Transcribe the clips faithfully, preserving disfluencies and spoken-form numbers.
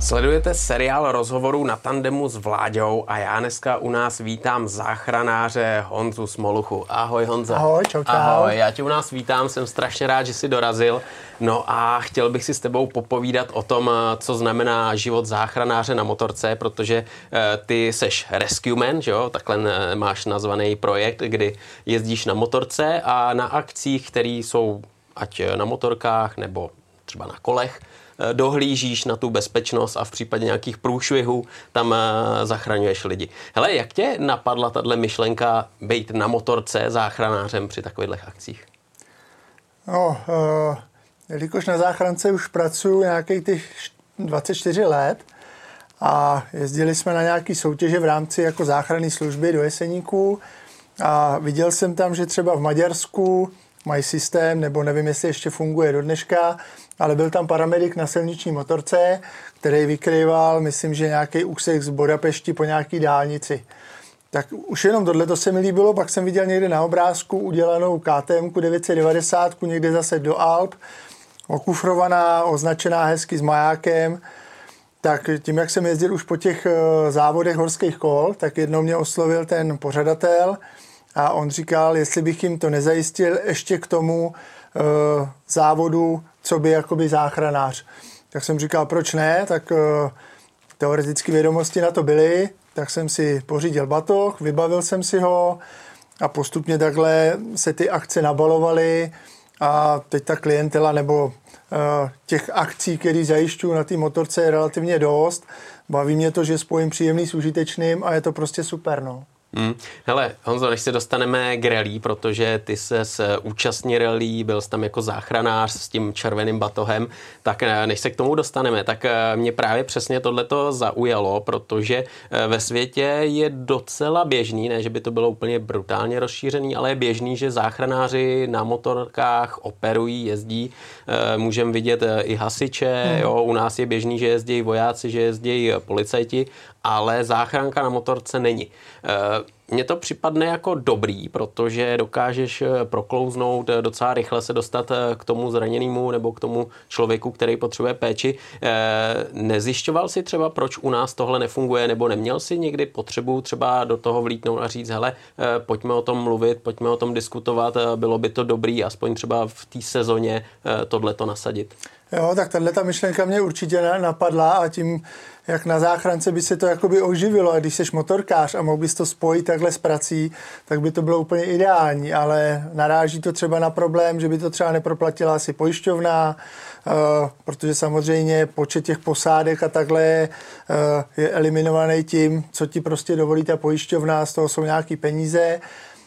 Sledujete seriál rozhovorů na tandemu s Vláďou a já dneska u nás vítám záchranáře Honzu Smoluchu. Ahoj Honzo. Ahoj, čau, čau. Ahoj, já tě u nás vítám, jsem strašně rád, že jsi dorazil. No a chtěl bych si s tebou popovídat o tom, co znamená život záchranáře na motorce, protože ty seš rescueman, že jo, takhle máš nazvaný projekt, kdy jezdíš na motorce a na akcích, které jsou ať na motorkách nebo třeba na kolech, dohlížíš na tu bezpečnost a v případě nějakých průšvihů tam zachraňuješ lidi. Hele, jak tě napadla tato myšlenka být na motorce záchranářem při takových akcích? No, uh, jelikož na záchrance už pracuji nějakých těch dvacet čtyři let a jezdili jsme na nějaké soutěže v rámci jako záchranné služby do Jeseníků a viděl jsem tam, že třeba v Maďarsku mají systém, nebo nevím, jestli ještě funguje do dneška, ale byl tam paramedik na silniční motorce, který vykrýval, myslím, že nějaký úsek z Budapešti po nějaký dálnici. Tak už jenom tohleto se mi líbilo, pak jsem viděl někde na obrázku udělanou K T M devět set devadesát, někde zase do Alp, okufrovaná, označená hezky s majákem. Tak tím, jak jsem jezdil už po těch závodech horských kol, tak jednou mě oslovil ten pořadatel a on říkal, jestli bych jim to nezajistil ještě k tomu e, závodu, co by jakoby záchranář. Tak jsem říkal, proč ne, tak e, teoretické vědomosti na to byly, tak jsem si pořídil batoh, vybavil jsem si ho a postupně takhle se ty akce nabalovaly a teď ta klientela nebo e, těch akcí, které zajišťuju na té motorce je relativně dost. Baví mě to, že spojím příjemný s užitečným a je to prostě super, no. Hmm. Hele, Honzo, než se dostaneme k rally, protože ty ses účastní rally, byl jsi tam jako záchranář s tím červeným batohem, tak než se k tomu dostaneme, tak mě právě přesně tohleto zaujalo, protože ve světě je docela běžný, ne, že by to bylo úplně brutálně rozšířený, ale je běžný, že záchranáři na motorkách operují, jezdí, můžeme vidět i hasiče, hmm. jo, u nás je běžný, že jezdí vojáci, že jezdí policajti, ale záchranka na motorce není. Mně to připadne jako dobrý, protože dokážeš proklouznout, docela rychle se dostat k tomu zraněnému nebo k tomu člověku, který potřebuje péči. Nezjišťoval jsi třeba, proč u nás tohle nefunguje, nebo neměl jsi někdy potřebu třeba do toho vlítnout a říct, hele, pojďme o tom mluvit, pojďme o tom diskutovat, bylo by to dobrý, aspoň třeba v té sezóně tohleto nasadit? Jo, tak tato myšlenka mě určitě napadla a tím, jak na záchrance by se to jakoby oživilo a když seš motorkář a mohl bys to spojit takhle s prací, tak by to bylo úplně ideální, ale naráží to třeba na problém, že by to třeba neproplatila asi pojišťovna, uh, protože samozřejmě počet těch posádek a takhle uh, je eliminovaný tím, co ti prostě dovolí ta pojišťovna, z toho jsou nějaký peníze.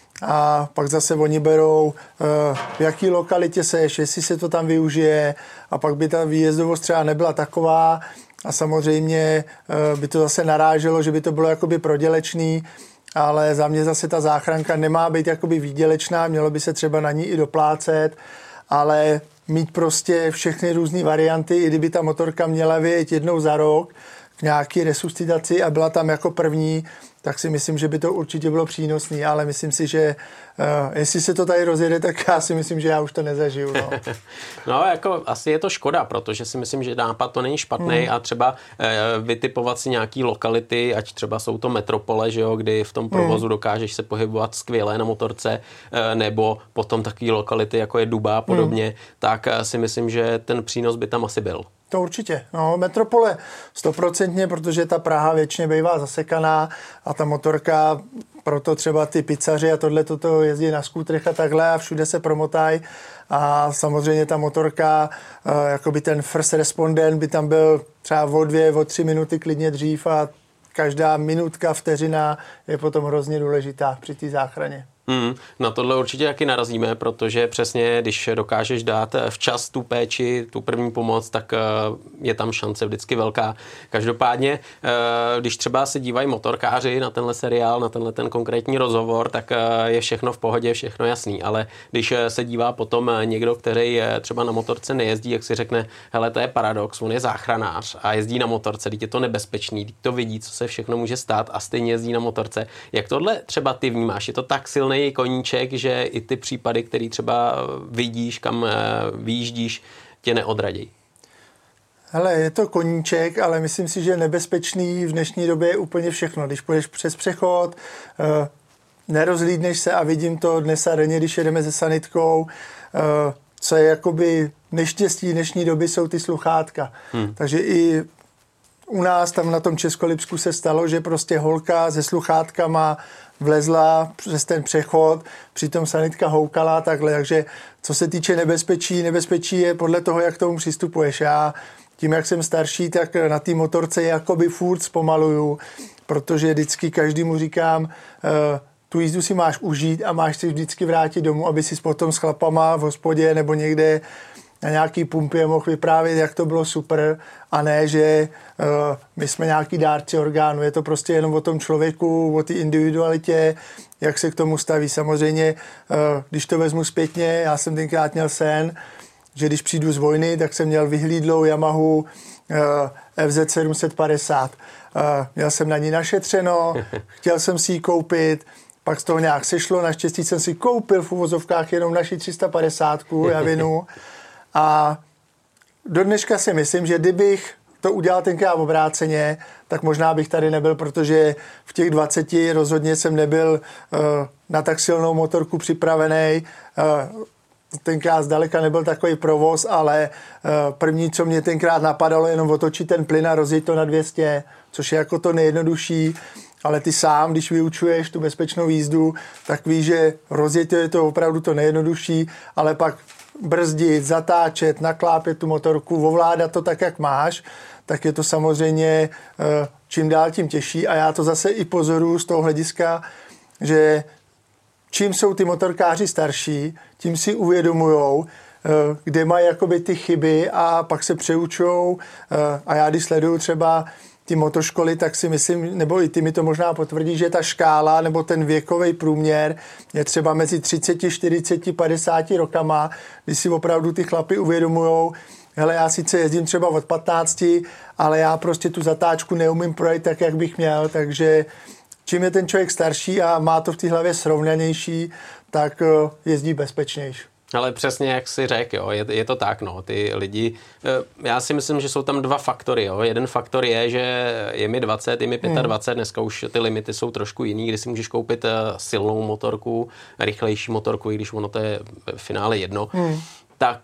A pak zase oni berou, v jaký lokalitě seš, jestli se to tam využije a pak by ta výjezdovost třeba nebyla taková a samozřejmě by to zase naráželo, že by to bylo jakoby prodělečný, ale za mě zase ta záchranka nemá být jakoby výdělečná, mělo by se třeba na ní i doplácet, ale mít prostě všechny různé varianty, i kdyby ta motorka měla vyjet jednou za rok k nějaký resuscitaci a byla tam jako první, tak si myslím, že by to určitě bylo přínosný, ale myslím si, že uh, jestli se to tady rozjede, tak já si myslím, že já už to nezažiju. No, no jako asi je to škoda, protože si myslím, že nápad to není špatný hmm. a třeba uh, vytipovat si nějaký lokality, ať třeba jsou to metropole, že jo, kdy v tom provozu hmm. dokážeš se pohybovat skvěle na motorce, uh, nebo potom taky lokality, jako je Duba a podobně, hmm. tak uh, si myslím, že ten přínos by tam asi byl. To určitě. No, metropole stoprocentně, protože ta Praha většině bývá zasekaná a ta motorka, proto třeba ty pizzaři a tohle toto jezdí na skútrech a takhle a všude se promotají a samozřejmě ta motorka, jakoby ten first respondent by tam byl třeba o dvě, o tři minuty klidně dřív a každá minutka, vteřina je potom hrozně důležitá při té záchraně. Mm, na tohle určitě taky narazíme, protože přesně, když dokážeš dát včas tu péči, tu první pomoc, tak je tam šance vždycky velká. Každopádně, když třeba se dívají motorkáři na tenhle seriál, na tenhle ten konkrétní rozhovor, tak je všechno v pohodě, všechno jasný, ale když se dívá potom někdo, který třeba na motorce nejezdí, jak si řekne, hele, to je paradox, on je záchranář a jezdí na motorce, teď je to nebezpečný, teď to vidí, co se všechno může stát a stejně jezdí na motorce. Jak tohle třeba ty vnímáš? Je to tak silný koníček, že i ty případy, který třeba vidíš, kam vyjíždíš, tě neodradí? Hele, je to koníček, ale myslím si, že nebezpečný v dnešní době je úplně všechno. Když půjdeš přes přechod, eh, nerozhlídneš se a vidím to dnes a denně, když jedeme se sanitkou, eh, co je jakoby neštěstí dnešní doby, jsou ty sluchátka. Hmm. Takže i u nás tam na tom Českolipsku se stalo, že prostě holka se sluchátkama vlezla přes ten přechod, přitom sanitka houkala takhle, takže co se týče nebezpečí, nebezpečí je podle toho, jak k tomu přistupuješ. Já tím, jak jsem starší, tak na té motorce jakoby furt zpomaluju, protože vždycky každému říkám, tu jízdu si máš užít a máš si vždycky vrátit domů, aby si potom s chlapama v hospodě nebo někde na nějaký pumpě mohl vyprávět, jak to bylo super, a ne, že uh, my jsme nějaký dárci orgánů. Je to prostě jenom o tom člověku, o té individualitě, jak se k tomu staví. Samozřejmě, uh, když to vezmu zpětně, já jsem tenkrát měl sen, že když přijdu z vojny, tak jsem měl vyhlídlou Yamahu uh, F Z sedm set padesát. Uh, měl jsem na ní našetřeno, chtěl jsem si ji koupit, pak z toho nějak sešlo, naštěstí jsem si koupil v uvozovkách jenom naši tři sta padesát Javinu. A do dneška si myslím, že kdybych to udělal tenkrát obráceně, tak možná bych tady nebyl, protože v těch dvaceti rozhodně jsem nebyl uh, na tak silnou motorku připravený. Uh, tenkrát zdaleka nebyl takový provoz, ale uh, první, co mě tenkrát napadalo, jenom otočit ten plyn a rozjet to na dvě stě, což je jako to nejjednodušší. Ale ty sám, když vyučuješ tu bezpečnou jízdu, tak víš, že rozjet je to opravdu to nejjednodušší, ale pak brzdit, zatáčet, naklápět tu motorku, ovládat to tak, jak máš, tak je to samozřejmě čím dál tím těžší. A já to zase i pozoruju z toho hlediska, že čím jsou ty motorkáři starší, tím si uvědomujou, kde mají jakoby ty chyby a pak se přeučujou. A já když sleduju třeba ty motoškoly, tak si myslím, nebo i ty mi to možná potvrdí, že ta škála nebo ten věkový průměr je třeba mezi třicet, čtyřicet, padesát rokama, kdy si opravdu ty chlapy uvědomujou, hele, já sice jezdím třeba od patnácti, ale já prostě tu zatáčku neumím projít tak, jak bych měl, takže čím je ten člověk starší a má to v té hlavě srovnanější, tak jezdí bezpečnější. Ale přesně jak jsi řekl, jo, je, je to tak, no, ty lidi, já si myslím, že jsou tam dva faktory, jo. Jeden faktor je, že je mi dvacet, je mi dvacet pět, dneska už ty limity jsou trošku jiný, kdy si můžeš koupit silnou motorku, rychlejší motorku, i když ono to je v finále jedno, hmm. tak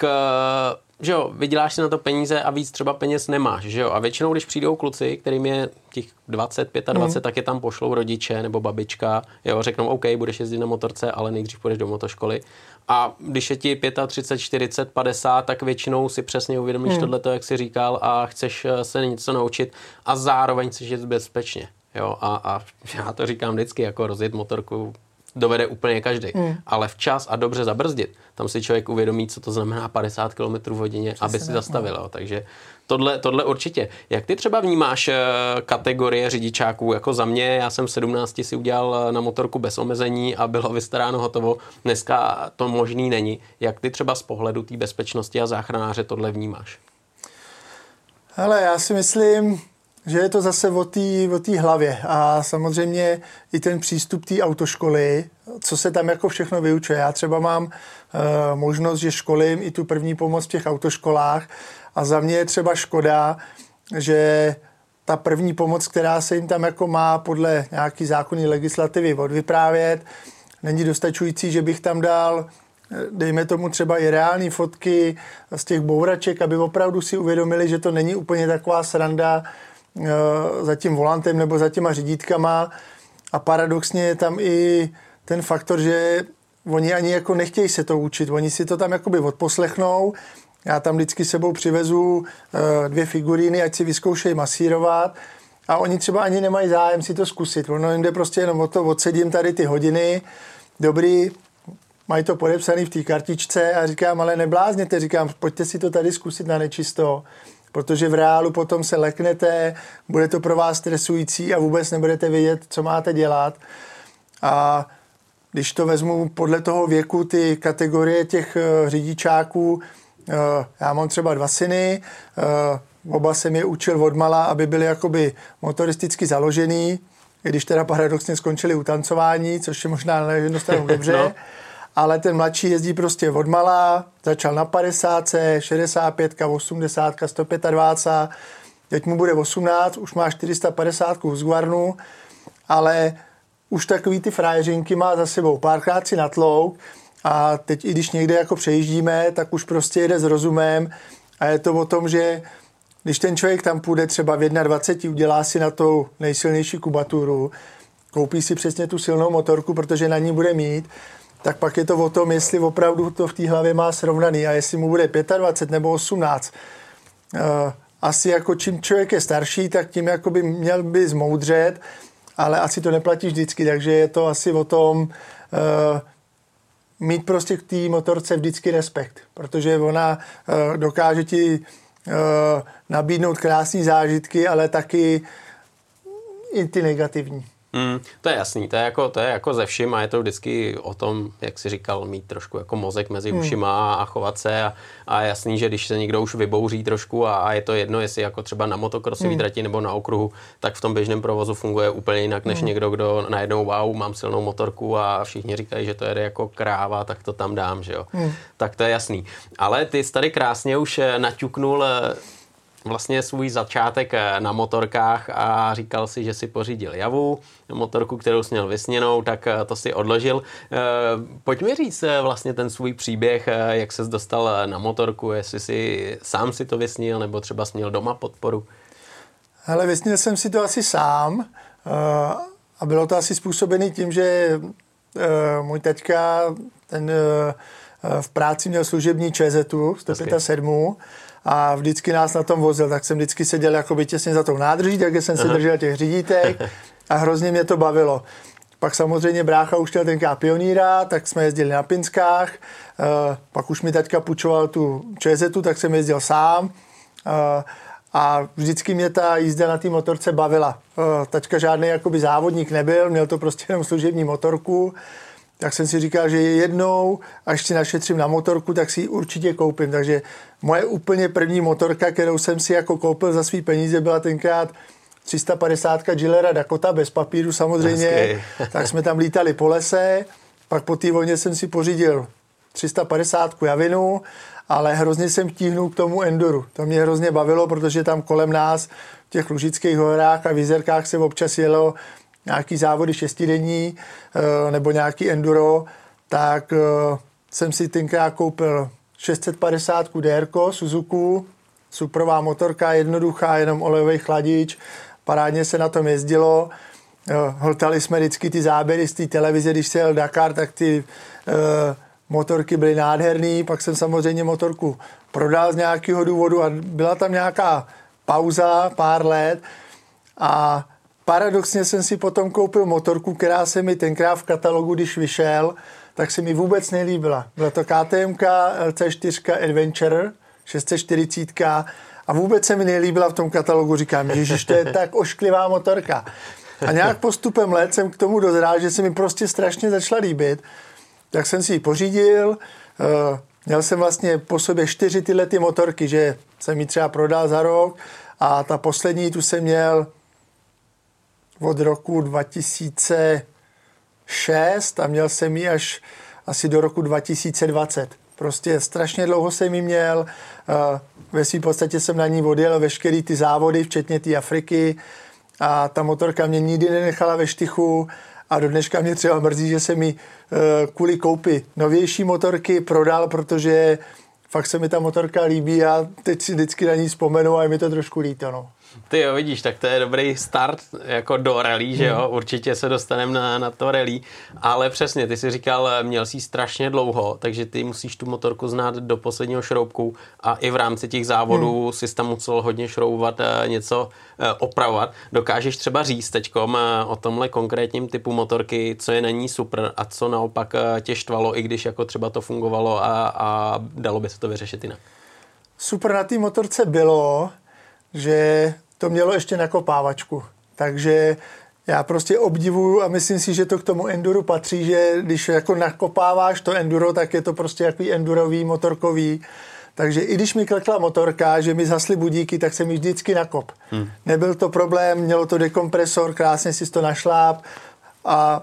že jo, vyděláš si na to peníze a víc třeba peněz nemáš, že jo, a většinou, když přijdou kluci, kterým je těch dvacet, dvacet pět, hmm. tak je tam pošlou rodiče nebo babička, jo, řeknou, OK, budeš jezdit na motorce, ale nejdřív půjdeš do motoškoly. A když je ti třicet pět, čtyřicet, padesát, tak většinou si přesně uvědomíš hmm. tohleto, jak jsi říkal, a chceš se něco naučit a zároveň chceš jít bezpečně, jo, a, a já to říkám vždycky, jako rozjet motorku dovede úplně každý, hmm. ale včas a dobře zabrzdit, tam si člověk uvědomí, co to znamená padesát kilometrů v hodině, přesně, aby si zastavil. No. Takže tohle, tohle určitě. Jak ty třeba vnímáš kategorie řidičáků? Jako za mě, já jsem v sedmnácti si udělal na motorku bez omezení a bylo vystaráno hotovo. Dneska to možný není. Jak ty třeba z pohledu té bezpečnosti a záchranáře tohle vnímáš? Hele, já si myslím, že je to zase o té o té hlavě a samozřejmě i ten přístup té autoškoly, co se tam jako všechno vyučuje. Já třeba mám uh, možnost, že školím i tu první pomoc v těch autoškolách a za mě je třeba škoda, že ta první pomoc, která se jim tam jako má podle nějaký zákonné legislativy odvyprávět, není dostačující, že bych tam dal, dejme tomu třeba i reální fotky z těch bouraček, aby opravdu si uvědomili, že to není úplně taková sranda za tím volantem nebo za těma řídítkama, a paradoxně je tam i ten faktor, že oni ani jako nechtějí se to učit, oni si to tam jakoby odposlechnou, já tam vždycky sebou přivezu dvě figuríny, ať si vyzkoušejí masírovat, a oni třeba ani nemají zájem si to zkusit, ono jim jde prostě jenom o to, odsedím tady ty hodiny, dobrý, mají to podepsané v té kartičce a říkám, ale neblázněte, říkám, pojďte si to tady zkusit na nečisto, protože v reálu potom se leknete, bude to pro vás stresující a vůbec nebudete vědět, co máte dělat. A když to vezmu podle toho věku, ty kategorie těch uh, řidičáků, uh, já mám třeba dva syny, uh, oba jsem je učil odmala, aby byli jakoby motoristicky založený, i když teda paradoxně skončili u tancování, což je možná na jednu stranu dobře. No. ale ten mladší jezdí prostě odmala, začal na padesát, šedesát pět, osmdesát, sto dvacet pět, teď mu bude osmnáct, už má čtyři sta padesát z Guarnu, ale už takový ty frajeřinky má za sebou, párkrát si natlouk a teď i když někde jako přejíždíme, tak už prostě jede s rozumem a je to o tom, že když ten člověk tam půjde třeba v dvacet jedna, udělá si na tou nejsilnější kubaturu, koupí si přesně tu silnou motorku, protože na ní bude mít, tak pak je to o tom, jestli opravdu to v té hlavě má srovnaný a jestli mu bude dvacet pět nebo osmnáct. Asi jako čím člověk je starší, tak tím jako by měl by zmoudřet, ale asi to neplatí vždycky, takže je to asi o tom uh, mít prostě k té motorce vždycky respekt, protože ona uh, dokáže ti uh, nabídnout krásné zážitky, ale taky i ty negativní. Mm, to je jasný, to je, jako, to je jako ze vším a je to vždycky o tom, jak jsi říkal, mít trošku jako mozek mezi mm. ušima a chovat se a, a jasný, že když se někdo už vybouří trošku a, a je to jedno, jestli jako třeba na motokrosový mm. trati nebo na okruhu, tak v tom běžném provozu funguje úplně jinak, než mm. někdo, kdo najednou wow, mám silnou motorku a všichni říkají, že to jede jako kráva, tak to tam dám, že jo. Mm. Tak to je jasný. Ale ty jsi tady krásně už naťuknul vlastně svůj začátek na motorkách a říkal si, že si pořídil Javu, motorku, kterou jsi měl vysněnou, tak to si odložil. Pojď mi říct vlastně ten svůj příběh, jak ses dostal na motorku, jestli si sám si to vysnil, nebo třeba jsi měl doma podporu. Hele, vysnil jsem si to asi sám a bylo to asi způsobený tím, že můj taťka ten v práci měl služební ČZu sto sedm a vždycky nás na tom vozil, tak jsem vždycky seděl jakoby těsně za tou nádrží, takže jsem se držel těch řidítek a hrozně mě to bavilo. Pak samozřejmě brácha už chtěl tenkrát pioníra, tak jsme jezdili na Pinskách, pak už mi taťka půjčoval tu ČZu, tak jsem jezdil sám a vždycky mě ta jízda na té motorce bavila. Taťka žádný jakoby závodník nebyl, měl to prostě jenom služební motorku, tak jsem si říkal, že jednou, až si našetřím na motorku, tak si ji určitě koupím. Takže moje úplně první motorka, kterou jsem si jako koupil za svý peníze, byla tenkrát tři sta padesát Gilera Dakota, bez papíru samozřejmě. Tak jsme tam lítali po lese, pak po té vojně jsem si pořídil tři sta padesát Javinu, ale hrozně jsem tíhnul k tomu enduru. To mě hrozně bavilo, protože tam kolem nás v těch Lužických horách a v Jizerkách se občas jelo nějaký závody šestidenní nebo nějaký enduro, tak jsem si tenkrát koupil šest set padesát D R Suzuku, superová motorka, jednoduchá, jenom olejový chladič, parádně se na tom jezdilo. Hltali jsme vždycky ty záběry z té televize, když se jel Dakar, tak ty motorky byly nádherný, pak jsem samozřejmě motorku prodal z nějakého důvodu a byla tam nějaká pauza, pár let a paradoxně jsem si potom koupil motorku, která se mi tenkrát v katalogu, když vyšel, tak se mi vůbec nelíbila. Byla to K T M L C čtyři Adventure šest set čtyřicet a vůbec se mi nelíbila v tom katalogu. Říkám, ježiš, to je tak ošklivá motorka. A nějak postupem let jsem k tomu dozrál, že se mi prostě strašně začala líbit. Tak jsem si ji pořídil. Měl jsem vlastně po sobě čtyři tyhle ty motorky, že jsem ji třeba prodal za rok a ta poslední tu jsem měl od roku dva tisíce šest a měl jsem ji až asi do roku dva tisíce dvacet. Prostě strašně dlouho jsem ji měl. Ve svým podstatě jsem na ní odjel veškerý ty závody, včetně té Afriky a ta motorka mě nikdy nenechala ve štychu a do dneška mě třeba mrzí, že se mi kvůli koupi novější motorky prodal, protože fakt se mi ta motorka líbí a teď si vždycky na ní vzpomenu a je mi to trošku líto, no. Ty jo, vidíš, tak to je dobrý start jako do rally, že jo, určitě se dostaneme na, na to rally, ale přesně, ty jsi říkal, měl jsi strašně dlouho, takže ty musíš tu motorku znát do posledního šroubku a i v rámci těch závodů hmm. jsi tam musel hodně šroubovat, něco opravovat. Dokážeš třeba říct teďkom o tomhle konkrétním typu motorky, co je na ní super a co naopak tě štvalo, i když jako třeba to fungovalo a, a dalo by se to vyřešit jinak? Super na té motorce bylo, že to mělo ještě nakopávačku. Takže já prostě obdivuju a myslím si, že to k tomu enduru patří, že když jako nakopáváš to enduro, tak je to prostě jaký endurový, motorkový. Takže i když mi klekla motorka, že mi zhasly budíky, tak jsem ji vždycky nakop. Hmm. Nebyl to problém, mělo to dekompresor, krásně si to našláp a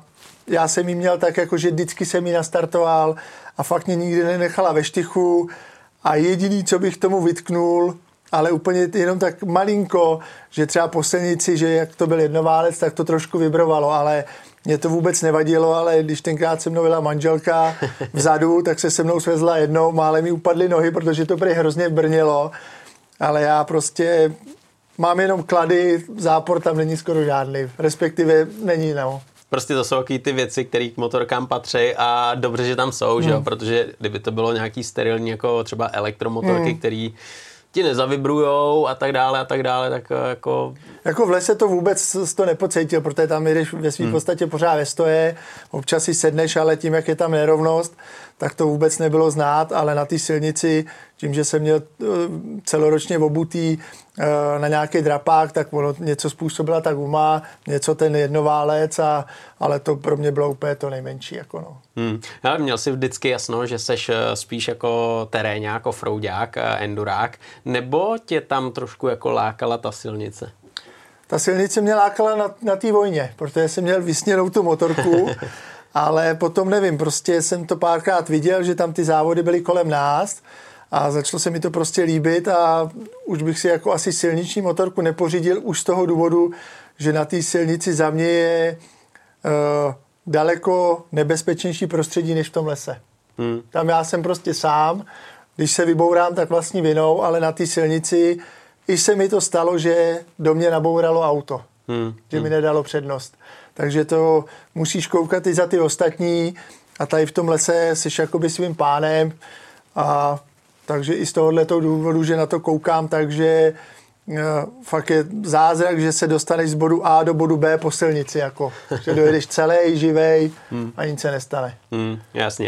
já jsem jí měl tak, jako že vždycky jsem jí nastartoval a fakt mě nikdy nenechala ve štychu a jediný, co bych tomu vytknul, ale úplně jenom tak malinko, že třeba po silnici, že jak to byl jednoválec, tak to trošku vibrovalo, ale mě to vůbec nevadilo, ale když tenkrát se mnou byla manželka vzadu, tak se se mnou svezla jednou, málem mi upadly nohy, protože to prý hrozně brnělo, ale já prostě mám jenom klady, zápor tam není skoro žádný, respektive není, no. Prostě to jsou taky ty věci, které k motorkám patří a dobře, že tam jsou, hmm. že jo? Protože kdyby to bylo nějaký sterilní, jako třeba elektromotorky, hmm. který ti nezavibrujou a tak dále a tak dále, tak jako... Jako v lese to vůbec to nepocítil, protože tam jdeš ve svým hmm. podstatě pořád ve stoje, občas si sedneš, ale tím, jak je tam nerovnost, tak to vůbec nebylo znát, ale na té silnici, tím, že jsem měl celoročně obutý na nějaký drapák, tak ono něco způsobila ta guma, něco ten jednoválec, a, ale to pro mě bylo úplně to nejmenší. Jako no. Hmm. Já měl si vždycky jasno, že seš spíš jako teréňák, offroadák, endurák, nebo tě tam trošku jako lákala ta silnice? Ta silnice mě lákala na, na té vojně, protože jsem měl vysněnou tu motorku, ale potom nevím, prostě jsem to párkrát viděl, že tam ty závody byly kolem nás a začalo se mi to prostě líbit a už bych si jako asi silniční motorku nepořídil už z toho důvodu, že na té silnici za mě je uh, daleko nebezpečnější prostředí než v tom lese. Hmm. Tam já jsem prostě sám, když se vybourám, tak vlastní vinou, ale na té silnici i se mi to stalo, že do mě nabouralo auto, hmm. že mi nedalo přednost. Takže to musíš koukat i za ty ostatní a tady v tom lese jsi jakoby svým pánem a takže i z tohoto důvodu, že na to koukám, takže uh, fakt je zázrak, že se dostaneš z bodu A do bodu B po silnici, jako, že dojedeš celý, živej hmm. a nic se nestane. Hmm, jasně.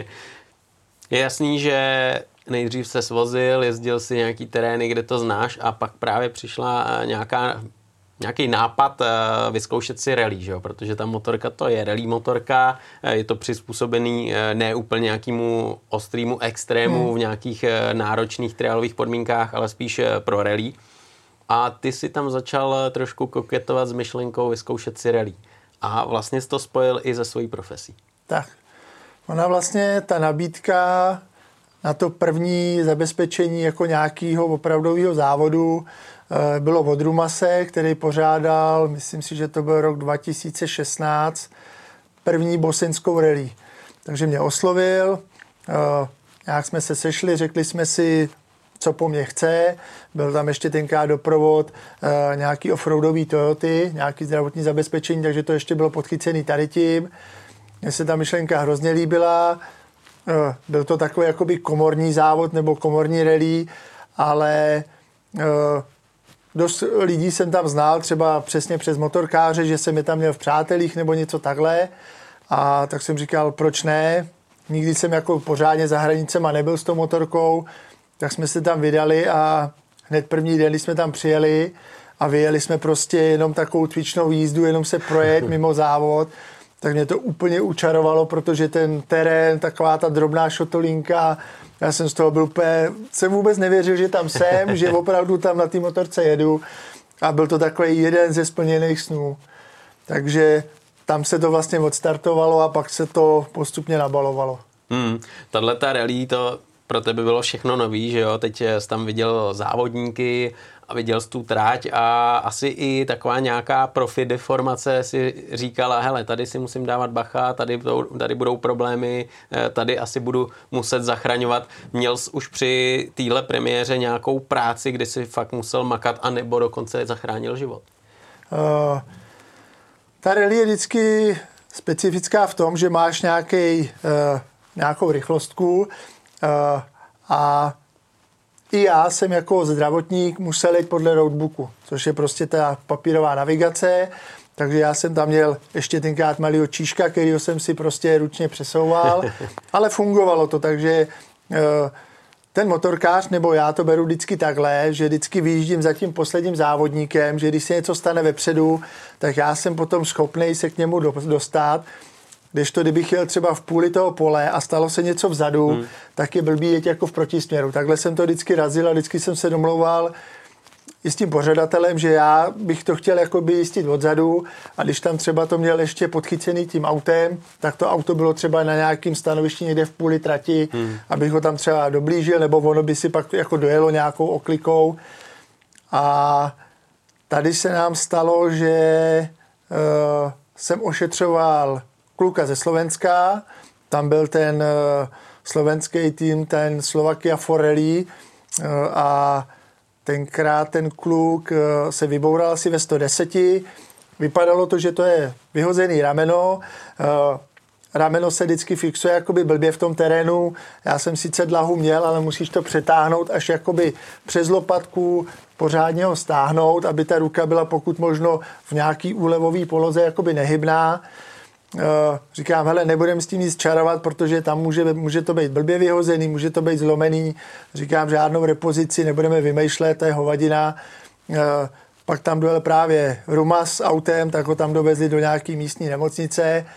Je jasný, že nejdřív se svozil, jezdil si nějaký terény, kde to znáš a pak právě přišla nějaká, nějaký nápad vyzkoušet si rally, že jo? Protože ta motorka to je rally motorka, je to přizpůsobený ne úplně nějakému ostrýmu extrému hmm. v nějakých náročných trialových podmínkách, ale spíš pro rally. A ty si tam začal trošku koketovat s myšlenkou vyzkoušet si rally. A vlastně jsi to spojil i se svojí profesí. Tak, ona vlastně, ta nabídka na to první zabezpečení jako nějakého opravdového závodu bylo od Rumase, který pořádal, myslím si, že to byl rok dva tisíce šestnáct, první bosenskou rally. Takže mě oslovil, nějak jsme se sešli, řekli jsme si, co po mně chce. Byl tam ještě tenkrát doprovod nějaký offroadový Toyoty, nějaký zdravotní zabezpečení, takže to ještě bylo podchycený tady tím. Mně se ta myšlenka hrozně líbila. Byl to takový jakoby komorní závod nebo komorní rally, ale dost lidí jsem tam znal, třeba přesně přes motorkáře, že jsem je tam měl v přátelích nebo něco takhle. A tak jsem říkal, proč ne? Nikdy jsem jako pořádně za hranicema nebyl s tou motorkou, tak jsme se tam vydali a hned první den, když jsme tam přijeli a vyjeli jsme prostě jenom takovou cvičnou jízdu, jenom se projet mimo závod, tak mě to úplně učarovalo, protože ten terén, taková ta drobná šotolinka, já jsem z toho byl úplně, jsem vůbec nevěřil, že tam jsem, že opravdu tam na té motorce jedu a byl to takový jeden ze splněných snů. Takže tam se to vlastně odstartovalo a pak se to postupně nabalovalo. Hmm, tato rally, to pro tebe bylo všechno nový, že jo? Teď jsi tam viděl závodníky a viděl jsi tu tráť a asi i taková nějaká profi deformace si říkala, hele, tady si musím dávat bacha, tady, tady budou problémy, tady asi budu muset zachraňovat. Měl jsi už při téhle premiéře nějakou práci, kdy si fakt musel makat a nebo dokonce zachránil život? Uh, ta rally je vždycky specifická v tom, že máš nějaký, uh, nějakou rychlostku uh, a i já jsem jako zdravotník musel jít podle roadbooku, což je prostě ta papírová navigace, takže já jsem tam měl ještě tenkrát malýho číška, kterýho jsem si prostě ručně přesouval, ale fungovalo to, takže ten motorkář, nebo já to beru vždycky takhle, že vždycky vyjíždím za tím posledním závodníkem, že když se něco stane vepředu, tak já jsem potom schopnej se k němu dostat. Když to, kdybych jel třeba v půli toho pole a stalo se něco vzadu, hmm. tak je blbý jet jako v protisměru. Takhle jsem to vždycky razil a vždycky jsem se domlouval, i s tím pořadatelem, že já bych to chtěl jakoby jistit odzadu a když tam třeba to měl ještě podchycený tím autem, tak to auto bylo třeba na nějakém stanovišti někde v půli trati, hmm. abych ho tam třeba doblížil, nebo ono by si pak jako dojelo nějakou oklikou. A tady se nám stalo, že uh, jsem ošetřoval kluka ze Slovenska, tam byl ten uh, slovenský tým, ten Slovakia for Rally uh, a tenkrát ten kluk uh, se vyboural asi ve sto deset. Vypadalo to, že to je vyhozený rameno. Uh, rameno se vždycky fixuje jakoby blbě v tom terénu. Já jsem sice dlahu měl, ale musíš to přetáhnout až jakoby přes lopatku, pořádně ho stáhnout, aby ta ruka byla pokud možno v nějaký úlevový poloze jakoby nehybná. Říkám, hele, nebudem s tím nic čarovat, protože tam může, může to být blbě vyhozený, může to být zlomený. Říkám, žádnou repozici nebudeme vymýšlet, to je hovadina. Pak tam dojel právě Ruma s autem, tak ho tam dovezli do nějaký místní nemocnice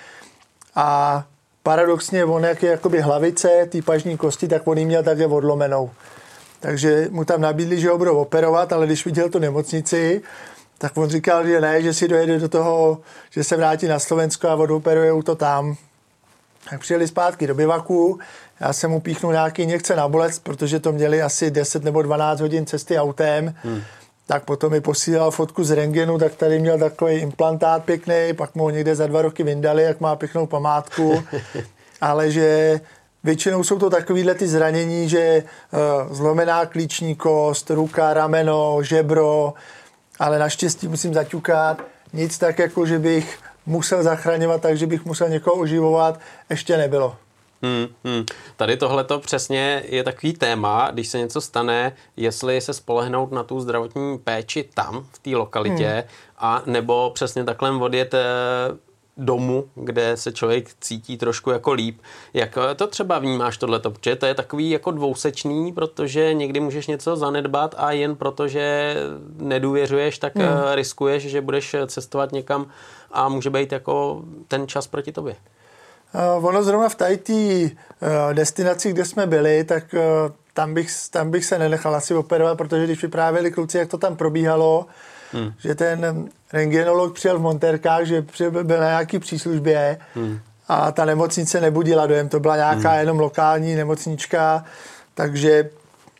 a paradoxně on, jak je jakoby hlavice, té pažní kosti, tak on jí měl také odlomenou. Takže mu tam nabídli, že ho budou operovat, ale když viděl tu nemocnici, tak on říkal, že ne, že si dojede do toho, že se vrátí na Slovensko a odoperujou to tam. Tak přijeli zpátky do bivaku, já jsem mu píchnul nějaký injekce na bolest, protože to měli asi deset nebo dvanáct hodin cesty autem. Hmm. Tak potom mi posílal fotku z rentgenu, tak tady měl takový implantát pěkný, pak mu ho někde za dva roky vyndali, jak má pěknou památku. Ale že většinou jsou to takovýhle ty zranění, že uh, zlomená klíční kost, ruka, rameno, žebro, ale naštěstí musím zaťukat. Nic tak, jako že bych musel zachraňovat, takže bych musel někoho oživovat, ještě nebylo. Hmm, hmm. Tady tohleto přesně je takový téma, když se něco stane, jestli se spolehnout na tu zdravotní péči tam, v té lokalitě, hmm. a nebo přesně takhle odjet domů, kde se člověk cítí trošku jako líp. Jak to třeba vnímáš tohleto? Protože to je takový jako dvousečný, protože někdy můžeš něco zanedbat a jen protože nedůvěřuješ, tak hmm. riskuješ, že budeš cestovat někam a může být jako ten čas proti tobě. Uh, ono zrovna v té uh, destinaci, kde jsme byli, tak uh, tam, bych, tam bych se nenechal asi operovat, protože když vyprávěli kluci, jak to tam probíhalo, hmm. že ten rentgenolog přijel v montérkách, že byl na nějaký příslužbě hmm. a ta nemocnice nebudila dojem, to byla nějaká hmm. jenom lokální nemocnička, takže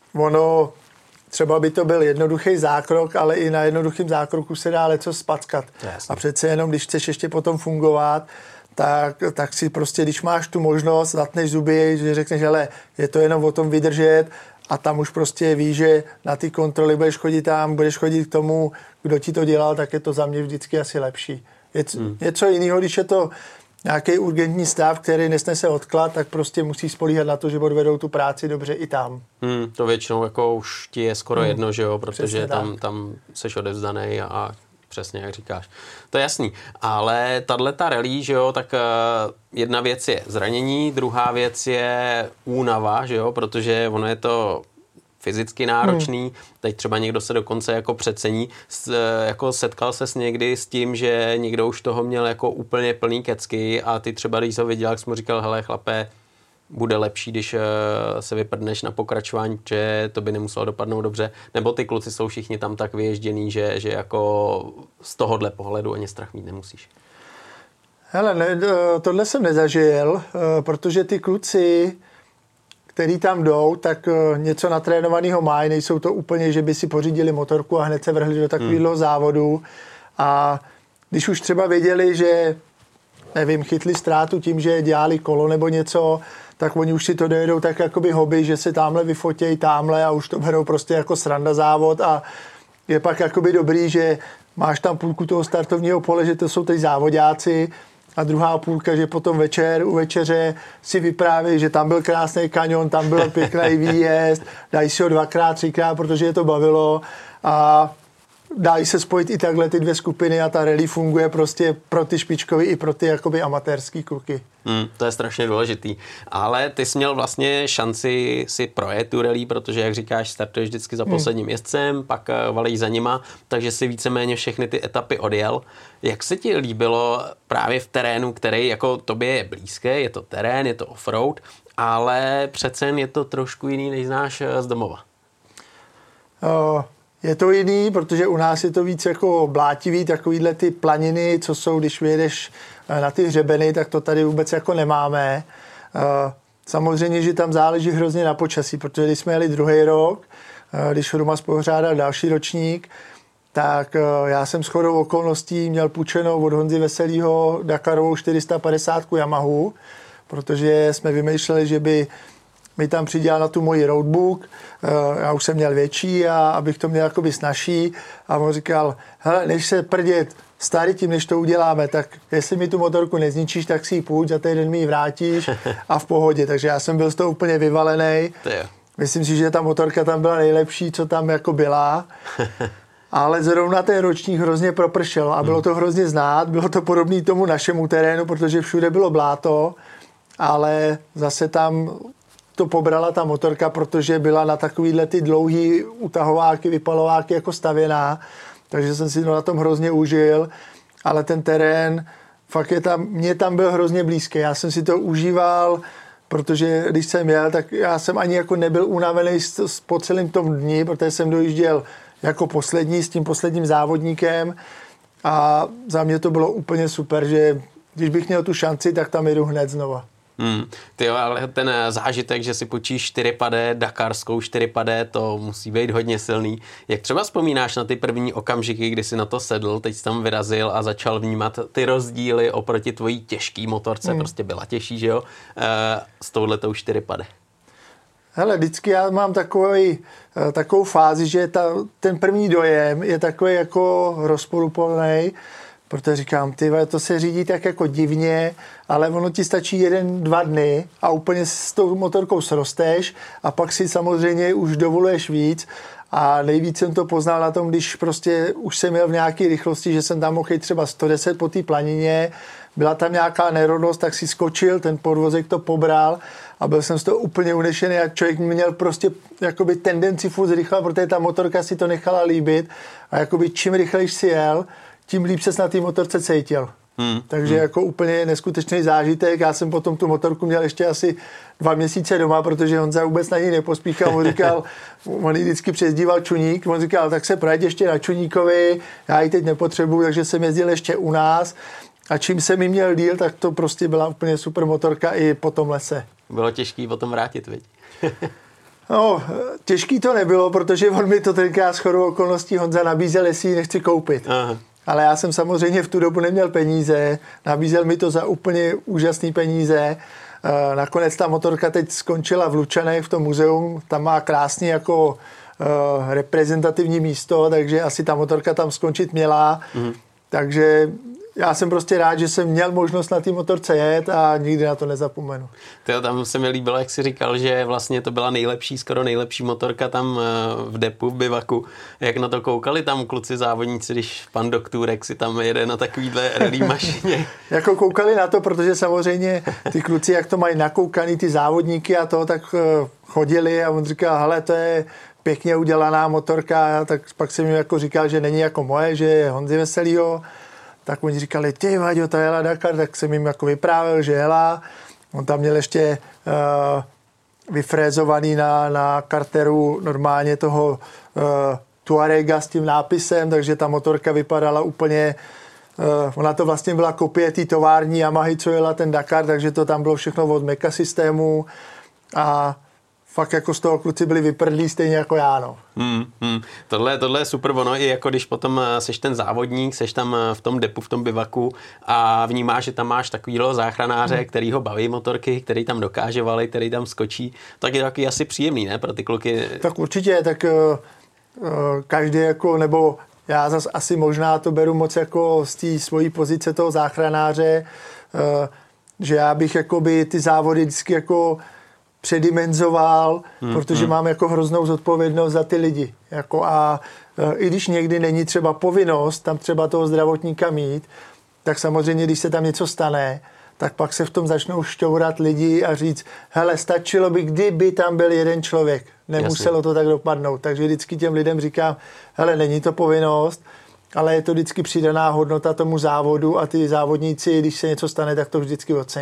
ono, třeba by to byl jednoduchý zákrok, ale i na jednoduchým zákroku se dá leco spackat. A přece jenom, když chceš ještě potom fungovat, tak, tak si prostě, když máš tu možnost, zatneš zuby, že řekneš, hele, je to jenom o tom vydržet a tam už prostě víš, že na ty kontroly budeš chodit tam, budeš chodit k tomu, kdo ti to dělal, tak je to za mě vždycky asi lepší. Je hmm. něco jiného, když je to nějaký urgentní stav, který nesnese odklad, tak prostě musíš spolíhat na to, že odvedou tu práci dobře i tam. Hmm, to většinou jako už ti je skoro hmm. jedno, že jo, protože tam, tam seš odevzdanej a přesně, jak říkáš. To je jasný. Ale tato rally, že jo, tak jedna věc je zranění, druhá věc je únava, že jo, protože ono je to fyzicky náročný. Hmm. Teď třeba někdo se dokonce jako přecení. Jako setkal ses někdy s tím, že někdo už toho měl jako úplně plný kecky a ty třeba, když jsi ho viděl, jak jsi mu říkal, hele chlape, bude lepší, když se vyprdneš na pokračování, protože to by nemuselo dopadnout dobře. Nebo ty kluci jsou všichni tam tak vyježděný, že, že jako z tohohle pohledu ani strach mít nemusíš. Hele, ne, tohle jsem nezažil, protože ty kluci, který tam jdou, tak něco natrénovaného mají, nejsou to úplně, že by si pořídili motorku a hned se vrhli do takového hmm. závodu. A když už třeba věděli, že nevím, chytli ztrátu tím, že dělali kolo nebo něco, tak oni už si to dojedou tak jakoby hobby, že se tamhle vyfotějí tamhle a už to berou prostě jako sranda závod a je pak jakoby dobrý, že máš tam půlku toho startovního pole, že to jsou ty závodáci a druhá půlka, že potom večer u večeře si vypráví, že tam byl krásný kanion, tam byl pěkný výjezd, dají si ho dvakrát, třikrát, protože je to bavilo a dají se spojit i takhle ty dvě skupiny a ta rally funguje prostě pro ty špičkový i pro ty jakoby amatérský kluky. Hmm, to je strašně důležitý. Ale ty jsi měl vlastně šanci si projet tu rally, protože, jak říkáš, startuješ vždycky za posledním hmm. jezdcem, pak valíš za nima, takže si víceméně všechny ty etapy odjel. Jak se ti líbilo právě v terénu, který jako tobě je blízký, je to terén, je to offroad, ale přece je to trošku jiný, než znáš z domova? Uh. Je to jiný, protože u nás je to víc jako blátivý, takovýhle ty planiny, co jsou, když vyjedeš na ty hřebeny, tak to tady vůbec jako nemáme. Samozřejmě, že tam záleží hrozně na počasí, protože když jsme jeli druhý rok, když Ruma pořádal další ročník, tak já jsem shodou okolností měl půjčenou od Honzy Veselýho Dakarovou čtyři sta padesát Yamahu, protože jsme vymýšleli, že by mi tam přidělal na tu moji roadbook, já už jsem měl větší a abych to měl jakoby snažší a on říkal, hele, než se prdět starý tím, než to uděláme, tak jestli mi tu motorku nezničíš, tak si ji půjď, za týden mi ji vrátíš a v pohodě, takže já jsem byl z toho úplně vyvalený. Myslím si, že ta motorka tam byla nejlepší, co tam jako byla. Ale zrovna ten ročník hrozně propršel a bylo to hrozně znát, bylo to podobné tomu našemu terénu, protože všude bylo bláto, ale zase tam to pobrala ta motorka, protože byla na takovýhle ty dlouhý utahováky, vypalováky jako stavěná, takže jsem si to na tom hrozně užil, ale ten terén, fakt je tam, mě tam byl hrozně blízký, já jsem si to užíval, protože když jsem jel, tak já jsem ani jako nebyl unavený po celém tom dni, protože jsem dojížděl jako poslední s tím posledním závodníkem a za mě to bylo úplně super, že když bych měl tu šanci, tak tam jdu hned znova. Hmm. Tyjo, ale ten zážitek, že si počíš čtyřipadé, dakarskou čtyřipadé, to musí být hodně silný. Jak třeba vzpomínáš na ty první okamžiky, kdy jsi na to sedl, teď jsi tam vyrazil a začal vnímat ty rozdíly oproti tvojí těžký motorce, hmm. prostě byla těžší, že jo, e, s touhletou čtyřipadé? Hele, vždycky já mám takový, takovou fázi, že ta, ten první dojem je takový jako rozporuplnej, protože říkám, ty, to se řídí tak jako divně, ale ono ti stačí jeden, dva dny a úplně s tou motorkou srosteš a pak si samozřejmě už dovoluješ víc a nejvíc jsem to poznal na tom, když prostě už jsem měl v nějaké rychlosti, že jsem tam mohl jít třeba sto deset po té planině, byla tam nějaká nerovnost, tak si skočil, ten podvozek to pobral a byl jsem z toho úplně unešený a člověk měl prostě jakoby tendenci furt zrychlat, protože ta motorka si to nechala líbit a jakoby čím rychlejš si jel, tím líp ses na té motorce cítil. Hmm. Takže hmm. jako úplně neskutečný zážitek. Já jsem potom tu motorku měl ještě asi dva měsíce doma, protože Honza vůbec na ní nepospíchal. On říkal, on ji vždycky přezdíval Čuník, on říkal, tak se projď ještě na Čuníkovi, já ji teď nepotřebuju, takže jsem jezdil ještě u nás. A čím jsem ji měl díl, tak to prostě byla úplně super motorka i po tom lese. Bylo těžký potom vrátit, viď? No, těžký to nebylo, protože on mi to tenkrát shodou okolností Honza nabízel, jestli ji nechci koupit. Aha. Ale já jsem samozřejmě v tu dobu neměl peníze, nabízel mi to za úplně úžasné peníze. Nakonec ta motorka teď skončila v Lučanech v tom muzeu, tam má krásný jako reprezentativní místo, takže asi ta motorka tam skončit měla. Mhm. Takže já jsem prostě rád, že jsem měl možnost na té motorce jet a nikdy na to nezapomenu. Tyjo, tam se mi líbilo, jak jsi říkal, že vlastně to byla nejlepší, skoro nejlepší motorka tam v depu, v bivaku. Jak na to koukali tam kluci závodníci, když pan Doktůrek si tam jede na takovýhle rally mašině? Jako koukali na to, protože samozřejmě ty kluci, jak to mají nakoukaný, ty závodníky a to, tak chodili a on říkal, hele, to je pěkně udělaná motorka, tak pak jsem jim jako říkal, že není jako moje, že je Honzy Veselýho. Tak oni říkali, ty Vaďo, ta jela Dakar, tak jsem jim jako vyprávěl, že jela. On tam měl ještě uh, vyfrézovaný na, na karteru normálně toho uh, Tuarega s tím nápisem, takže ta motorka vypadala úplně, uh, ona to vlastně byla kopie té tovární Yamahy, co jela ten Dakar, takže to tam bylo všechno od Meka systému a fakt jako z toho kluci byli vyprdlí stejně jako já, no. Hmm, hmm. Tohle, tohle je super, ono i jako když potom seš ten závodník, seš tam v tom depu, v tom bivaku a vnímáš, že tam máš takovýhle záchranáře, hmm. který ho baví motorky, který tam dokáže valit, který tam skočí, tak je taky asi příjemný, ne, pro ty kluky? Tak určitě, tak uh, každý jako, nebo já zas asi možná to beru moc jako z té svojí pozice toho záchranáře, uh, že já bych jakoby ty závody vždycky jako předimenzoval, hmm, protože hmm. mám jako hroznou zodpovědnost za ty lidi. Jako a e, i když někdy není třeba povinnost tam třeba toho zdravotníka mít, tak samozřejmě, když se tam něco stane, tak pak se v tom začnou šťourat lidi a říct, hele, stačilo by, kdyby tam byl jeden člověk. Nemuselo Jasně. to tak dopadnout. Takže vždycky těm lidem říkám, hele, není to povinnost, ale je to vždycky přidaná hodnota tomu závodu a ty závodníci, když se něco stane, tak to vždycky ocení.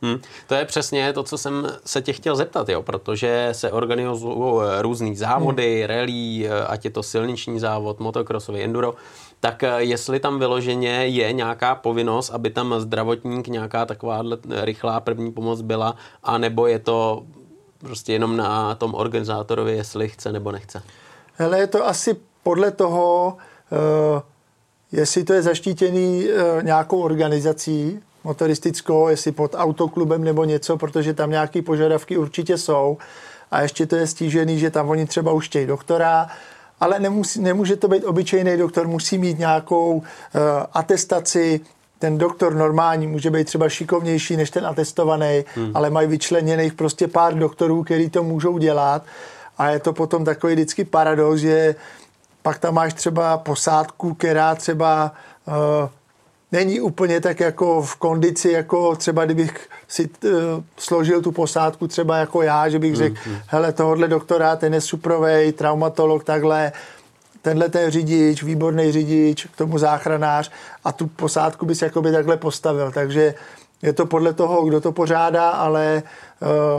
Hmm. To je přesně to, co jsem se tě chtěl zeptat, jo, protože se organizují různý závody, hmm. rally, ať je to silniční závod, motokrosový enduro, tak jestli tam vyloženě je nějaká povinnost, aby tam zdravotník, nějaká taková rychlá první pomoc byla, anebo je to prostě jenom na tom organizátorovi, jestli chce nebo nechce? Hele, je to asi podle toho, uh, jestli to je zaštítěný uh, nějakou organizací motoristickou, jestli pod autoklubem nebo něco, protože tam nějaké požadavky určitě jsou a ještě to je stížený, že tam oni třeba už chtějí doktora, ale nemusí, nemůže to být obyčejný doktor, musí mít nějakou uh, atestaci. Ten doktor normální může být třeba šikovnější než ten atestovaný, hmm. ale mají vyčleněných prostě pár doktorů, který to můžou dělat a je to potom takový vždycky paradox, že pak tam máš třeba posádku, která třeba uh, není úplně tak jako v kondici, jako třeba kdybych si uh, složil tu posádku třeba jako já, že bych řekl, hmm. hele, tohohle doktora, ten je suprovej, traumatolog, takhle, tenhle ten řidič, výborný řidič, k tomu záchranář a tu posádku bys jakoby takhle postavil. Takže je to podle toho, kdo to pořádá, ale uh,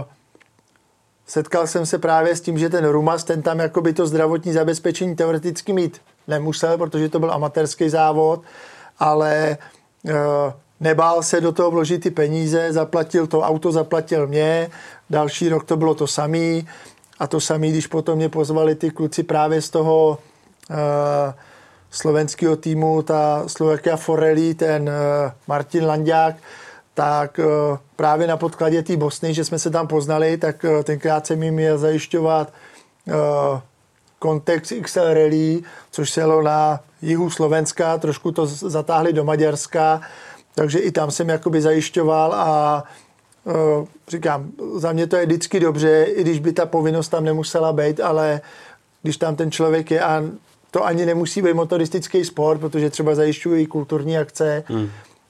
setkal jsem se právě s tím, že ten Rumas, ten tam jakoby to zdravotní zabezpečení teoreticky mít nemusel, protože to byl amatérský závod, ale uh, nebál se do toho vložit ty peníze, zaplatil to, auto zaplatil mě, další rok to bylo to samý a to samý, když potom mě pozvali ty kluci právě z toho Uh, slovenského týmu, ta Slovakia Forelli, ten uh, Martin Lanďák, tak uh, právě na podkladě té Bosny, že jsme se tam poznali, tak uh, tenkrát jsem jim měl zajišťovat uh, Context X L Rally, což se jelo na jihu Slovenska, trošku to zatáhli do Maďarska, takže i tam jsem jakoby zajišťoval a uh, říkám, za mě to je vždycky dobře, i když by ta povinnost tam nemusela být, ale když tam ten člověk je a to ani nemusí být motoristický sport, protože třeba zajišťují kulturní akce hmm.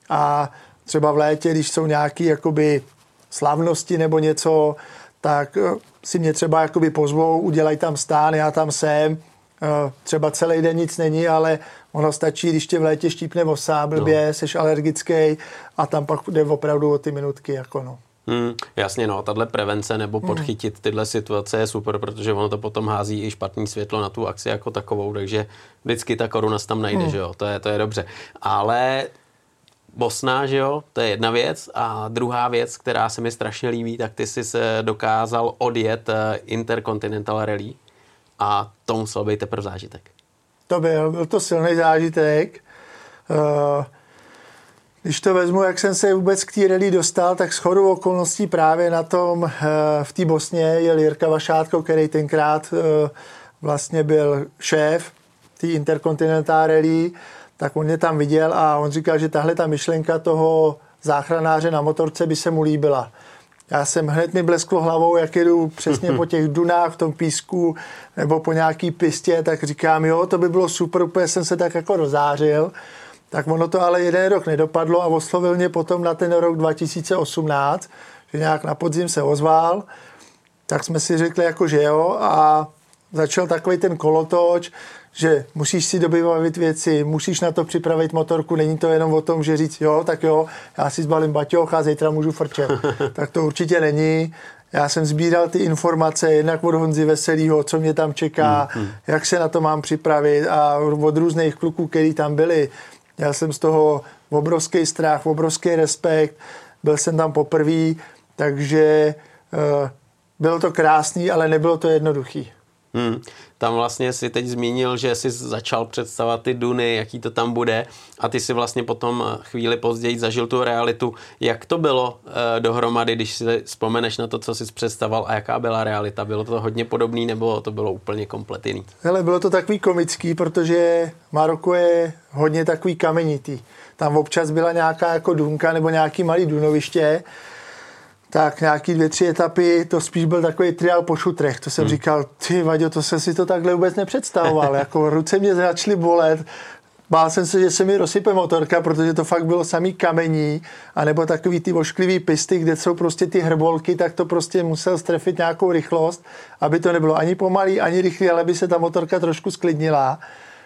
a třeba v létě, když jsou nějaké jakoby slavnosti nebo něco, tak si mě třeba jakoby pozvou, udělají tam stán, já tam jsem, třeba celý den nic není, ale ono stačí, když tě v létě štípne osa, blbě, no. Seš alergický a tam pak jde opravdu o ty minutky, jako no. Hmm, jasně, no, tahle prevence nebo podchytit tyhle situace je super, protože ono to potom hází i špatný světlo na tu akci jako takovou, takže vždycky ta koruna se tam najde, hmm. že jo, to je, to je dobře. Ale Bosna, že jo, to je jedna věc a druhá věc, která se mi strašně líbí, tak ty jsi se dokázal odjet Intercontinental Rally a to musel být teprve zážitek. To byl, byl to silný zážitek. Uh... Když to vezmu, jak jsem se vůbec k té rally dostal, tak shodou okolností právě na tom v té Bosně jel Jirka Vašátko, který tenkrát vlastně byl šéf té Intercontinental Rally, tak on mě tam viděl a on říkal, že tahle ta myšlenka toho záchranáře na motorce by se mu líbila. Já jsem hned mi blesklo hlavou, jak jedu přesně po těch dunách v tom písku nebo po nějaký pistě, tak říkám, jo, to by bylo super, úplně jsem se tak jako rozářil. Tak ono to ale jeden rok nedopadlo a oslovil mě potom na ten rok dva tisíce osmnáct, že nějak na podzim se ozval, tak jsme si řekli jako, že jo a začal takový ten kolotoč, že musíš si dobývavit věci, musíš na to připravit motorku, není to jenom o tom, že říct jo, tak jo, já si zbalím baťoch a zítra můžu frčet. Tak to určitě není. Já jsem sbíral ty informace jednak od Honzy Veselýho, co mě tam čeká, hmm, hmm. jak se na to mám připravit a od různých kluků, který tam byli. Měl jsem z toho obrovský strach, obrovský respekt, byl jsem tam poprvé, takže uh, bylo to krásný, ale nebylo to jednoduchý. Hmm. Tam vlastně si teď zmínil, že jsi začal představovat ty duny, jaký to tam bude a ty si vlastně potom chvíli později zažil tu realitu. Jak to bylo eh, dohromady, když si vzpomeneš na to, co jsi představoval a jaká byla realita? Bylo to hodně podobný nebo to bylo úplně komplet jiný? Hele, bylo to takový komický, protože Maroko je hodně takový kamenitý. Tam občas byla nějaká jako dunka nebo nějaký malý dunoviště, tak nějaký dvě, tři etapy, to spíš byl takový triál po šutrech. To jsem hmm. říkal, ty Vaďo, to jsem si to takhle vůbec nepředstavoval. Jako ruce mě začaly bolet. Bál jsem se, že se mi rozsype motorka, protože to fakt bylo samý kamení, anebo takový ty ošklivý pisty, kde jsou prostě ty hrbolky, tak to prostě musel strefit nějakou rychlost, aby to nebylo ani pomalý, ani rychlý, ale by se ta motorka trošku sklidnila.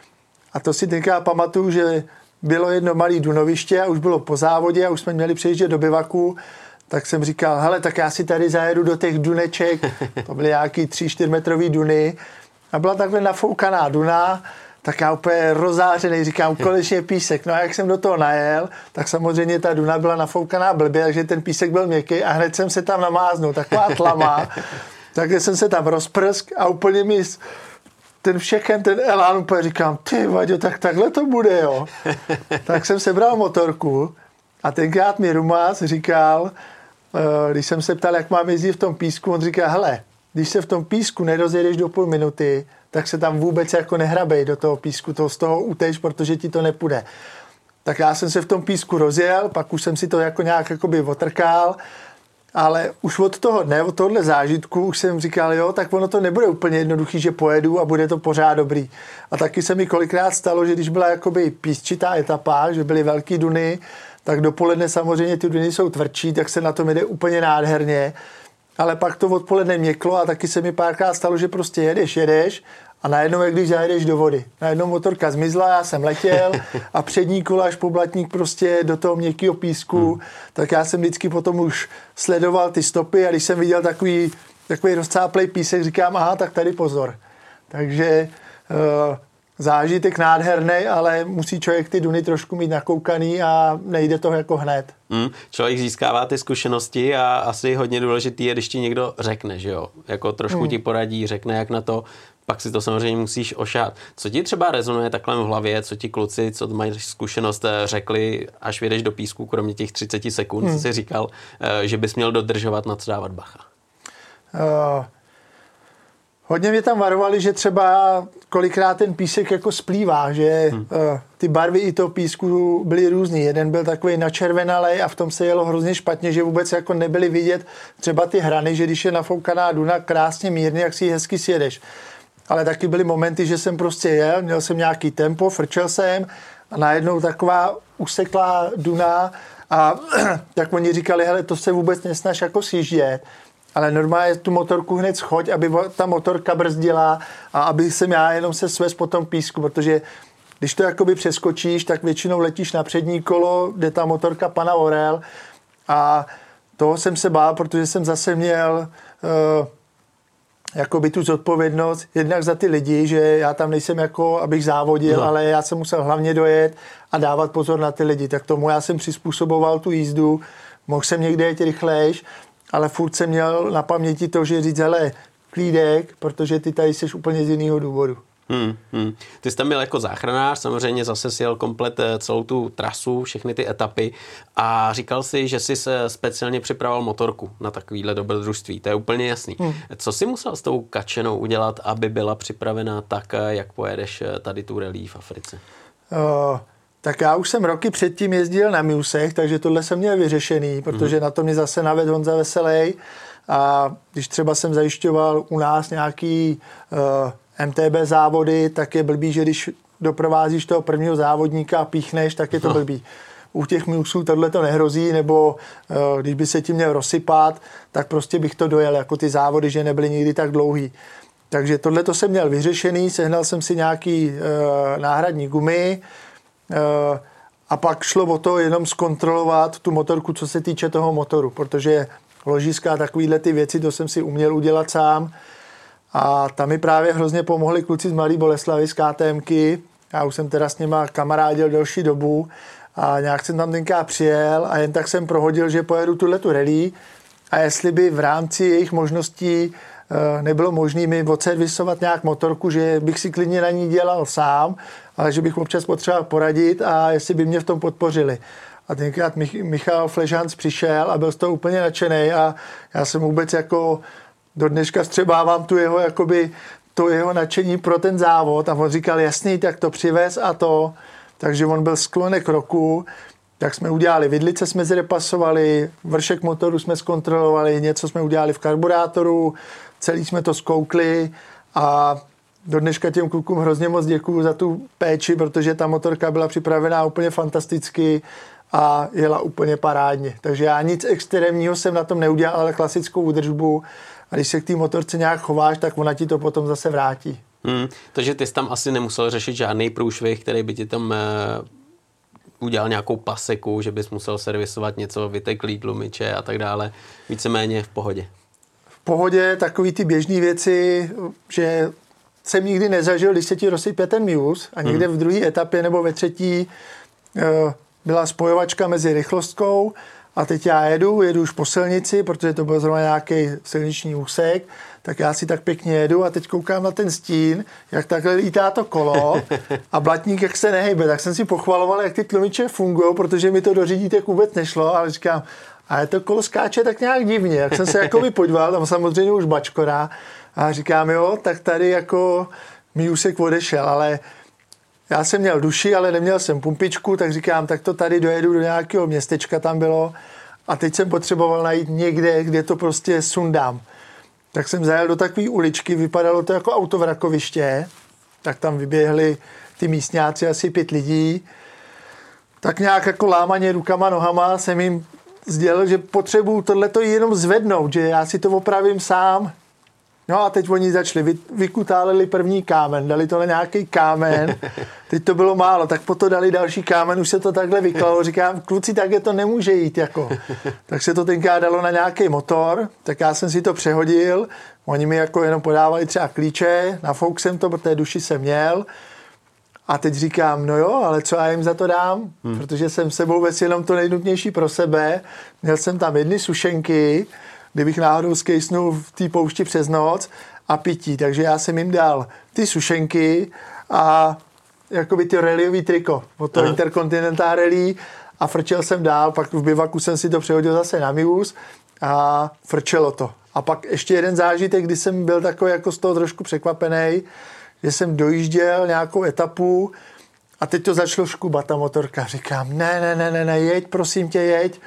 A to si tenkrát pamatuju, že bylo jedno malé dunoviště a už bylo po závodě a už jsme měli přejíždět do bivaku. tak jsem říkal, hele, tak já si tady zajedu do těch duneček, to byly nějaký tři, čtyřmetrový duny a byla takhle nafoukaná duna, tak já úplně rozářený, říkám, konečně písek. No a jak jsem do toho najel, tak samozřejmě ta duna byla nafoukaná blbě, takže ten písek byl měkký a hned jsem se tam namáznul, taková tlama, takže jsem se tam rozprsk a úplně mi ten všechen, ten elán úplně říkám, ty Vaďo, tak takhle to bude, jo. Tak jsem sebral motorku a tenkrát mi Rumás říkal, když jsem se ptal, jak mám jezdit v tom písku, on říká, hele, když se v tom písku nerozjedeš do půl minuty, tak se tam vůbec jako nehrabej do toho písku, to z toho uteš, protože ti to nepůjde. Tak já jsem se v tom písku rozjel, pak už jsem si to jako nějak jakoby otrkal, ale už od toho dne, od tohohle zážitku už jsem říkal, jo, tak ono to nebude úplně jednoduchý, že pojedu a bude to pořád dobrý. A taky se mi kolikrát stalo, že když byla jakoby písčitá etapa, že byly velký duny, tak dopoledne samozřejmě ty duny jsou tvrdší, tak se na tom jede úplně nádherně. Ale pak to odpoledne měklo a taky se mi párkrát stalo, že prostě jedeš, jedeš a najednou, jak když zajedeš do vody. Najednou motorka zmizla, já jsem letěl a přední kola až poblatník prostě do toho měkkého písku, hmm. tak já jsem vždycky potom už sledoval ty stopy a když jsem viděl takový, takový rozcáplej písek, říkám, aha, tak tady pozor. Takže uh, zážitek nádherný, ale musí člověk ty duny trošku mít nakoukaný a nejde to jako hned. Mm, člověk získává ty zkušenosti a asi hodně důležitý je, když ti někdo řekne, že jo, jako trošku mm. ti poradí, řekne jak na to, pak si to samozřejmě musíš ošát. Co ti třeba rezonuje takhle v hlavě, co ti kluci, co mají zkušenost, řekli, až vyjdeš do písku, kromě těch třicet sekund, mm. co jsi říkal, že bys měl dodržovat, na co dávat bacha? Uh... Hodně mě tam varovali, že třeba kolikrát ten písek jako splývá, že hmm. uh, ty barvy i toho písku byly různý. Jeden byl takový načervenalej a v tom se jelo hrozně špatně, že vůbec jako nebyly vidět třeba ty hrany, že když je nafoukaná duna krásně mírně, jak si ji hezky sjedeš. Ale taky byly momenty, že jsem prostě jel, měl jsem nějaký tempo, frčel jsem a najednou taková useklá duna a tak oni říkali, hele, to se vůbec nesnaž jako sjíždět. Ale normálně tu motorku hned schoď, aby ta motorka brzdila a aby jsem já jenom se svez po tom písku, protože když to jakoby přeskočíš, tak většinou letíš na přední kolo, kde ta motorka pana orel a toho jsem se bál, protože jsem zase měl uh, jakoby tu zodpovědnost jednak za ty lidi, že já tam nejsem jako, abych závodil, no. ale já jsem musel hlavně dojet a dávat pozor na ty lidi. Tak tomu já jsem přizpůsoboval tu jízdu, mohl jsem někde jet rychlejš, ale furt jsem měl na paměti to, že říct, hele, klídek, protože ty tady jsi úplně z jiného důvodu. Hmm, hmm. Ty jsi tam byl jako záchranář, samozřejmě zase si jel komplet celou tu trasu, všechny ty etapy a říkal si, že jsi se speciálně připravoval motorku na takovýhle dobrodružství, to je úplně jasný. Hmm. Co jsi musel s tou kačenou udělat, aby byla připravena tak, jak pojedeš tady tu rally v Africe? Uh. Tak já už jsem roky předtím jezdil na Musech, takže tohle jsem měl vyřešený, protože mm. na to mě zase navedl Honza Veselej a když třeba jsem zajišťoval u nás nějaký uh, M T B závody, tak je blbý, že když doprovázíš toho prvního závodníka a píchneš, tak je to blbý. U těch Musů tohle to nehrozí, nebo uh, když by se tím měl rozsypat, tak prostě bych to dojel, jako ty závody, že nebyly nikdy tak dlouhý. Takže tohle to jsem měl vyřešený, sehnal jsem si nějaký uh, náhradní gumy, a pak šlo o to jenom zkontrolovat tu motorku, co se týče toho motoru, protože ložiska a takovýhle ty věci, to jsem si uměl udělat sám a tam mi právě hrozně pomohli kluci z Mladé Boleslavi z KTMky, já už jsem teda s nima kamarádil delší dobu a nějak jsem tam tenkrát přijel a jen tak jsem prohodil, že pojedu tuhletu rally a jestli by v rámci jejich možností nebylo možné mi odservisovat nějak motorku, že bych si klidně na ní dělal sám, ale že bych občas potřeboval poradit a jestli by mě v tom podpořili. A tenkrát Michal Fležanc přišel a byl z toho úplně nadšenej a já jsem vůbec jako do dneška vstřebávám tu jeho, jakoby, to jeho nadšení pro ten závod a on říkal, jasný, tak to přivez a to. Takže on byl sklonek roku, tak jsme udělali vidlice, jsme zrepasovali, vršek motoru jsme zkontrolovali, něco jsme udělali v karburátoru, celý jsme to zkoukli a do dneška těm klukům hrozně moc děkuju za tu péči, protože ta motorka byla připravená úplně fantasticky a jela úplně parádně. Takže já nic extrémního jsem na tom neudělal, ale klasickou údržbu a když se k té motorce nějak chováš, tak ona ti to potom zase vrátí. Hmm, takže ty jsi tam asi nemusel řešit žádný průšvih, který by ti tam udělal nějakou paseku, že bys musel servisovat něco, vyteklý tlumiče a tak dále. Víceméně v pohodě. V pohodě, takový ty běžné věci, že jsem nikdy nezažil, když se ti rozsypě ten Muse a někde hmm. v druhé etapě nebo ve třetí byla spojovačka mezi rychlostkou a teď já jedu, jedu už po silnici, protože to byl zrovna nějaký silniční úsek, tak já si tak pěkně jedu a teď koukám na ten stín, jak takhle lítá to kolo a blatník jak se nehejbe, tak jsem si pochvaloval, jak ty tlumiče fungují, protože mi to do řídítek vůbec nešlo, ale říkám, ale to kolo skáče tak nějak divně, jak jsem se jakoby podíval, tam samozřejmě už bačkora a říkám, jo, tak tady jako mi úsek odešel, ale já jsem měl duši, ale neměl jsem pumpičku, tak říkám, tak to tady dojedu do nějakého městečka, tam bylo a teď jsem potřeboval najít někde, kde to prostě sundám. Tak jsem zajel do takové uličky, vypadalo to jako autovrakoviště, tak tam vyběhli ty místňáci, asi pět lidí. Tak nějak jako lámaně rukama, nohama jsem jim sdělil, že potřebuju tohleto jenom zvednout, že já si to opravím sám. No a teď oni začali, vy, vykutáleli první kámen, dali to na nějaký kámen, teď to bylo málo, tak potom dali další kámen, už se to takhle vyklalo, říkám, kluci, takhle to nemůže jít, jako. Tak se to tenkrát dalo na nějaký motor, tak já jsem si to přehodil, oni mi jako jenom podávali třeba klíče, nafouk jsem to, protože duši jsem měl a teď říkám, no jo, ale co já jim za to dám, hmm. protože jsem sebou ves jenom to nejnutnější pro sebe, měl jsem tam jedny sušenky, kdybych náhodou skejsnul v té poušti přes noc a pití. Takže já jsem jim dal ty sušenky a jakoby ty rallyový triko od toho Intercontinental Rally a frčel jsem dál, pak v bivaku jsem si to přehodil zase na Muse a frčelo to. A pak ještě jeden zážitek, kdy jsem byl takový jako z toho trošku překvapený, že jsem dojížděl nějakou etapu a teď to začalo škubat ta motorka. Říkám, ne, ne, ne, ne, ne, jeď, prosím tě, jeď.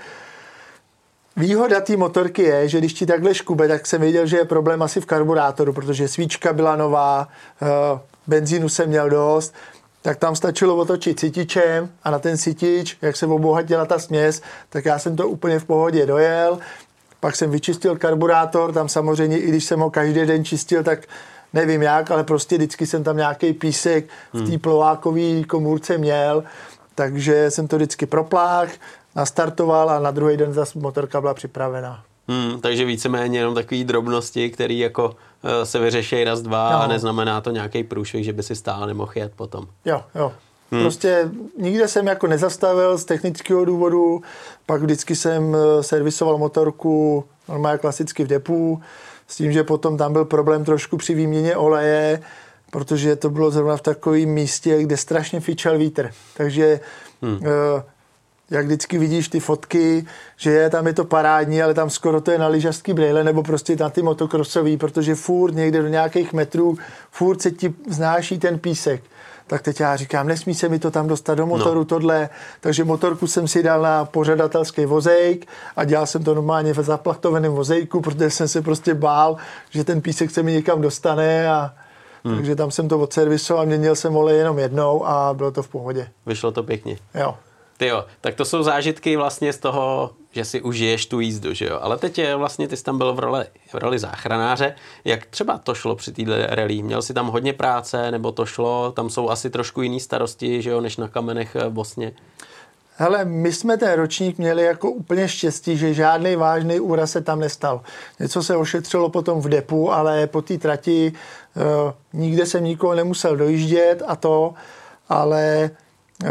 Výhoda té motorky je, že když ti takhle škube, tak jsem věděl, že je problém asi v karburátoru, protože svíčka byla nová, benzínu jsem měl dost, tak tam stačilo otočit sytičem a na ten sytič, jak se obohatila ta směs, tak já jsem to úplně v pohodě dojel. Pak jsem vyčistil karburátor, tam samozřejmě, i když jsem ho každý den čistil, tak nevím jak, ale prostě vždycky jsem tam nějaký písek v té plovákové komůrce měl, takže jsem to vždycky proplách, nastartoval a na druhý den zase motorka byla připravená. Hmm, takže víceméně jenom takové drobnosti, které jako uh, se vyřeší raz, dva no. a neznamená to nějaký průšvih, že by si stál nemohl jet potom. Jo, jo. Hmm. Prostě nikde jsem jako nezastavil z technického důvodu, pak vždycky jsem servisoval motorku normálně klasicky v depu, s tím, že potom tam byl problém trošku při výměně oleje, protože to bylo zrovna v takovém místě, kde strašně fičel vítr. Takže hmm. uh, jak vždycky vidíš ty fotky, že je, tam je to parádní, ale tam skoro to je na lyžařský brejle nebo prostě na ty motokrosový, protože furt někde do nějakých metrů furt se ti znáší ten písek. Tak teď já říkám, nesmí se mi to tam dostat do motoru, no. tohle. Takže motorku jsem si dal na pořadatelský vozejk a dělal jsem to normálně v zaplachtoveném vozejku, protože jsem se prostě bál, že ten písek se mi někam dostane a hmm. takže tam jsem to odservisoval, měnil jsem olej jenom jednou a bylo to v pohodě. Vyšlo to pěkně. Jo. Tyjo, tak to jsou zážitky vlastně z toho, že si užiješ tu jízdu, že jo? Ale teď je vlastně, ty jsi tam byl v roli, v roli záchranáře. Jak třeba to šlo při téhle rally? Měl jsi tam hodně práce, nebo to šlo? Tam jsou asi trošku jiný starosti, že jo, než na kamenech v Bosně. Hele, my jsme ten ročník měli jako úplně štěstí, že žádný vážný úraz se tam nestal. Něco se ošetřilo potom v depu, ale po té trati uh, nikde jsem nikoho nemusel dojíždět a to, ale uh,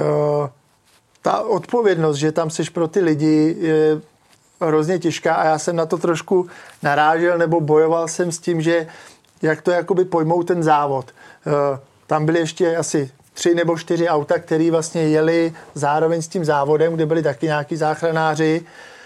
ta odpovědnost, že tam seš pro ty lidi, je hrozně těžká a já jsem na to trošku narážel nebo bojoval jsem s tím, že jak to jakoby pojmou ten závod. Tam byly ještě asi tři nebo čtyři auta, které vlastně jeli zároveň s tím závodem, kde byli taky nějaký záchranáři.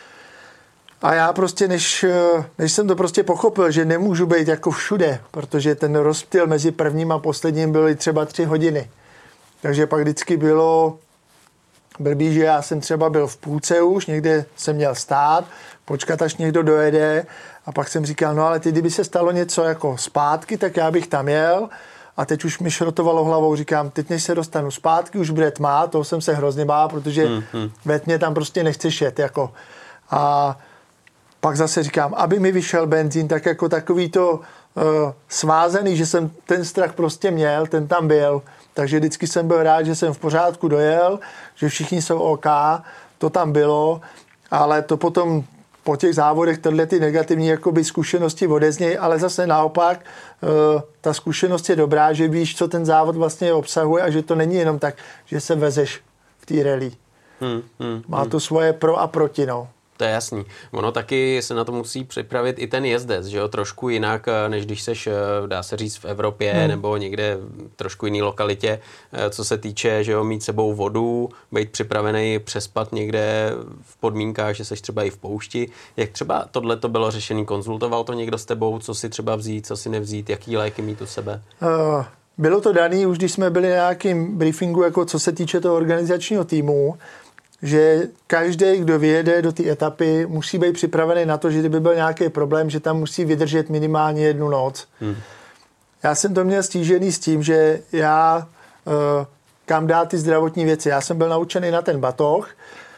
A já prostě, než, než jsem to prostě pochopil, že nemůžu být jako všude, protože ten rozptyl mezi prvním a posledním byly třeba tři hodiny. Takže pak vždycky bylo blbý, že já jsem třeba byl v půlce už, někde jsem měl stát, počkat, až někdo dojede a pak jsem říkal, no ale ty, kdyby se stalo něco jako zpátky, tak já bych tam jel a teď už mi šrotovalo hlavou, říkám, teď než se dostanu zpátky, už bude tma, toho jsem se hrozně bál, protože hmm, hmm. ve tmě tam prostě nechceš jet, jako. A pak zase říkám, aby mi vyšel benzín, tak jako takový to uh, svázaný, že jsem ten strach prostě měl, ten tam byl, takže vždycky jsem byl rád, že jsem v pořádku dojel, že všichni jsou OK, to tam bylo, ale to potom po těch závodech tyhle ty negativní jakoby zkušenosti odeznějí, ale zase naopak uh, ta zkušenost je dobrá, že víš, co ten závod vlastně obsahuje a že to není jenom tak, že se vezeš v té rally. Hmm, hmm, Má hmm. to svoje pro a proti, no. To je jasný. Ono taky se na to musí připravit i ten jezdec, že jo, trošku jinak, než když seš, dá se říct, v Evropě hmm. nebo někde trošku jiný lokalitě, co se týče, že jo, mít sebou vodu, být připravený přespat někde v podmínkách, že seš třeba i v poušti. Jak třeba tohle to bylo řešený? Konzultoval to někdo s tebou, co si třeba vzít, co si nevzít, jaký léky mít u sebe? Uh, bylo to daný, už když jsme byli na nějakým briefingu, jako co se týče toho organizačního týmu, že každý, kdo vyjede do té etapy, musí být připravený na to, že kdyby byl nějaký problém, že tam musí vydržet minimálně jednu noc. Hmm. Já jsem to měl stížený s tím, že já uh, kam dát ty zdravotní věci. Já jsem byl naučený na ten batoh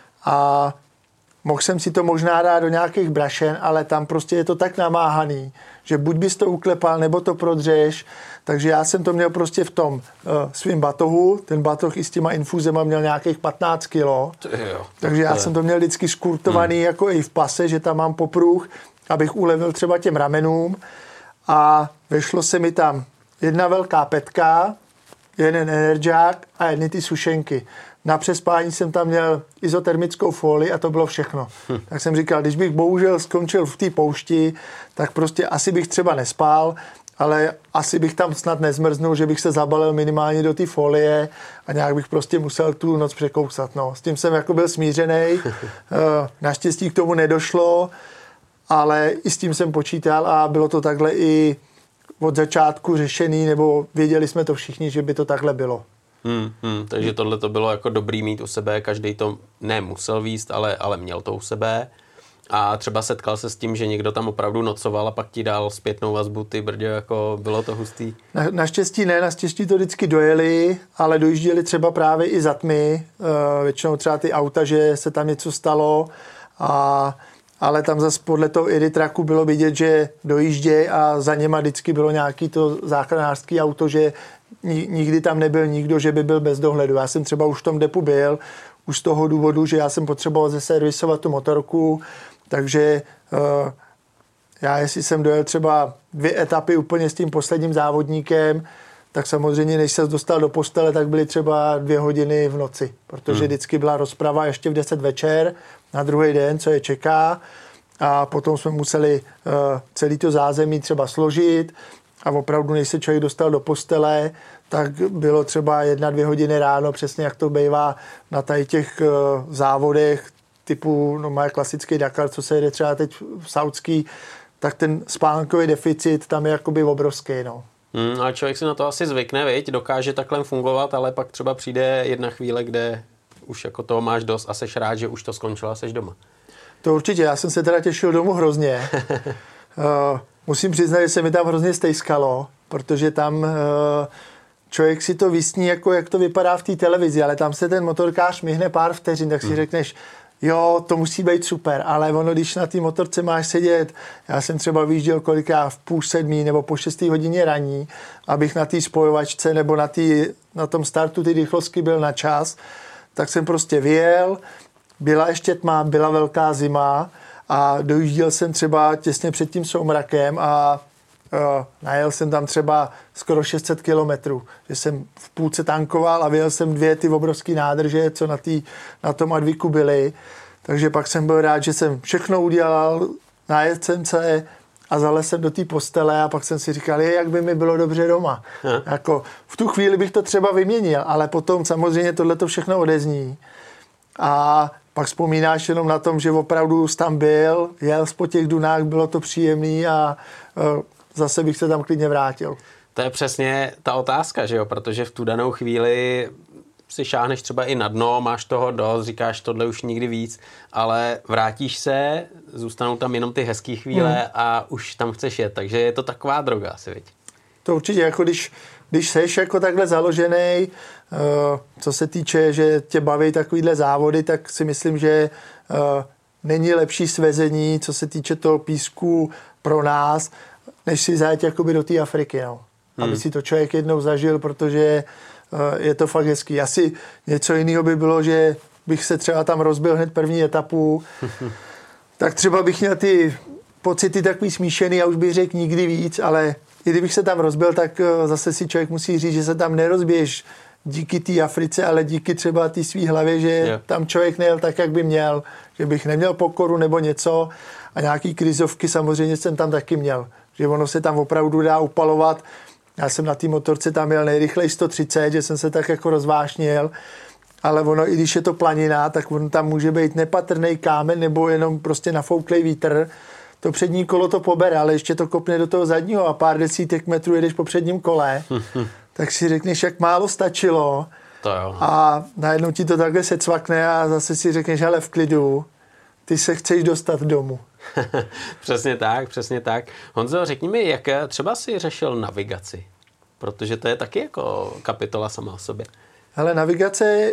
a mohl jsem si to možná dát do nějakých brašen, ale tam prostě je to tak namáhaný, že buď bys to uklepal, nebo to prodřeš. Takže já jsem to měl prostě v tom uh, svým batohu. Ten batoh i s těma infuzema měl nějakých patnáct kilo. Jo, takže já je. jsem to měl vždycky skurtovaný hmm. jako i v pase, že tam mám popruh, abych ulevil třeba těm ramenům. A vešlo se mi tam jedna velká petka, jeden energiák a jedny ty sušenky. Na přespání jsem tam měl izotermickou folii a to bylo všechno. Hm. Tak jsem říkal, když bych bohužel skončil v té poušti, tak prostě asi bych třeba nespál, ale asi bych tam snad nezmrznul, že bych se zabalil minimálně do té folie a nějak bych prostě musel tu noc překousat. No. S tím jsem jako byl smířený. Naštěstí k tomu nedošlo, ale i s tím jsem počítal a bylo to takhle i od začátku řešený, nebo věděli jsme to všichni, že by to takhle bylo. Hmm, hmm, takže tohle to bylo jako dobrý mít u sebe, každý to nemusel víst, ale, ale měl to u sebe. A třeba setkal se s tím, že někdo tam opravdu nocoval a pak ti dal zpětnou vazbu, ty brdě, jako bylo to hustý? Na, naštěstí ne, naštěstí to vždycky dojeli, ale dojížděli třeba právě i za tmy, e, většinou třeba ty auta, že se tam něco stalo, a, ale tam zase podle toho Iritraku bylo vidět, že dojíždějí a za něma vždycky bylo nějaký to záchranářský auto, že nikdy tam nebyl nikdo, že by byl bez dohledu. Já jsem třeba už v tom depu byl, už z toho důvodu, že já jsem potřeboval zeservisovat tu motorku, takže uh, já, jestli jsem dojel třeba dvě etapy úplně s tím posledním závodníkem, tak samozřejmě, než se dostal do postele, tak byly třeba dvě hodiny v noci, protože hmm. vždycky byla rozprava ještě v deset večer na druhý den, co je čeká, a potom jsme museli uh, celý to zázemí třeba složit a opravdu, než se člověk dostal do postele, tak bylo třeba jedna, dvě hodiny ráno, přesně jak to bývá na tady těch uh, závodech, typu, no má klasický Dakar, co se jede třeba teď v saudský, tak ten spánkový deficit tam je jakoby obrovský, no. Hmm, a člověk si na to asi zvykne, viď? Dokáže takhle fungovat, ale pak třeba přijde jedna chvíle, kde už jako toho máš dost a seš rád, že už to skončilo a seš doma. To určitě, já jsem se teda těšil domů hrozně. uh, musím přiznat, že se mi tam hrozně stejskalo, protože tam uh, člověk si to vysní, jako jak to vypadá v té televizi, ale tam se ten motorkář myhne pár vteřin, tak si hmm. řekneš, jo, to musí být super, ale ono, když na té motorce máš sedět, já jsem třeba vyjížděl kolikrát v půl sedmí nebo po šestý hodině raní, abych na té spojovačce nebo na, tý, na tom startu ty rychlostky byl na čas, tak jsem prostě vyjel, byla ještě tma, byla velká zima a dojížděl jsem třeba těsně před tím soumrakem a Uh, najel jsem tam třeba skoro šest set kilometrů, že jsem v půlce tankoval a vyjel jsem dvě ty obrovské nádrže, co na, tý, na tom Adviku byly. Takže pak jsem byl rád, že jsem všechno udělal, najet jsem se a zalez jsem do té postele a pak jsem si říkal, je, jak by mi bylo dobře doma. Jako, v tu chvíli bych to třeba vyměnil, ale potom samozřejmě tohleto všechno odezní. A pak vzpomínáš jenom na tom, že opravdu jsi tam byl, jel po těch dunách, bylo to příjemný a uh, zase bych se tam klidně vrátil. To je přesně ta otázka, že jo, protože v tu danou chvíli si šáhneš třeba i na dno, máš toho dost, říkáš tohle už nikdy víc, ale vrátíš se, zůstanou tam jenom ty hezký chvíle hmm. a už tam chceš jet, takže je to taková droga asi, viď? To určitě, jako když, když seš jako takhle založený, uh, co se týče, že tě baví takovýhle závody, tak si myslím, že uh, není lepší svezení, co se týče toho písku pro nás, než si zajet jakoby do té Afriky, no. Aby hmm. si to člověk jednou zažil, protože je to fakt hezký. Asi něco jiného by bylo, že bych se třeba tam rozbil hned první etapu, tak třeba bych měl ty pocity takový smíšený a už bych řekl nikdy víc, ale i kdybych se tam rozbil, tak zase si člověk musí říct, že se tam nerozbiješ díky té Africe, ale díky třeba té svý hlavě, že yeah. tam člověk nejel tak, jak by měl, že bych neměl pokoru nebo něco a nějaký krizovky samozřejmě jsem tam taky měl, že ono se tam opravdu dá upalovat. Já jsem na té motorce tam měl nejrychleji sto třicet, že jsem se tak jako rozvášnil, ale ono, i když je to planina, tak on tam může být nepatrný kámen nebo jenom prostě nafouklej vítr. To přední kolo to pobere, ale ještě to kopne do toho zadního a pár desítek metrů jedeš po předním kole, tak si řekneš, jak málo stačilo. To jo. A najednou ti to takhle se cvakne a zase si řekneš, ale v klidu, ty se chceš dostat domů. Přesně tak, přesně tak. Honzo, řekni mi, jak třeba si řešil navigaci? Protože to je taky jako kapitola sama o sobě. Hele, navigace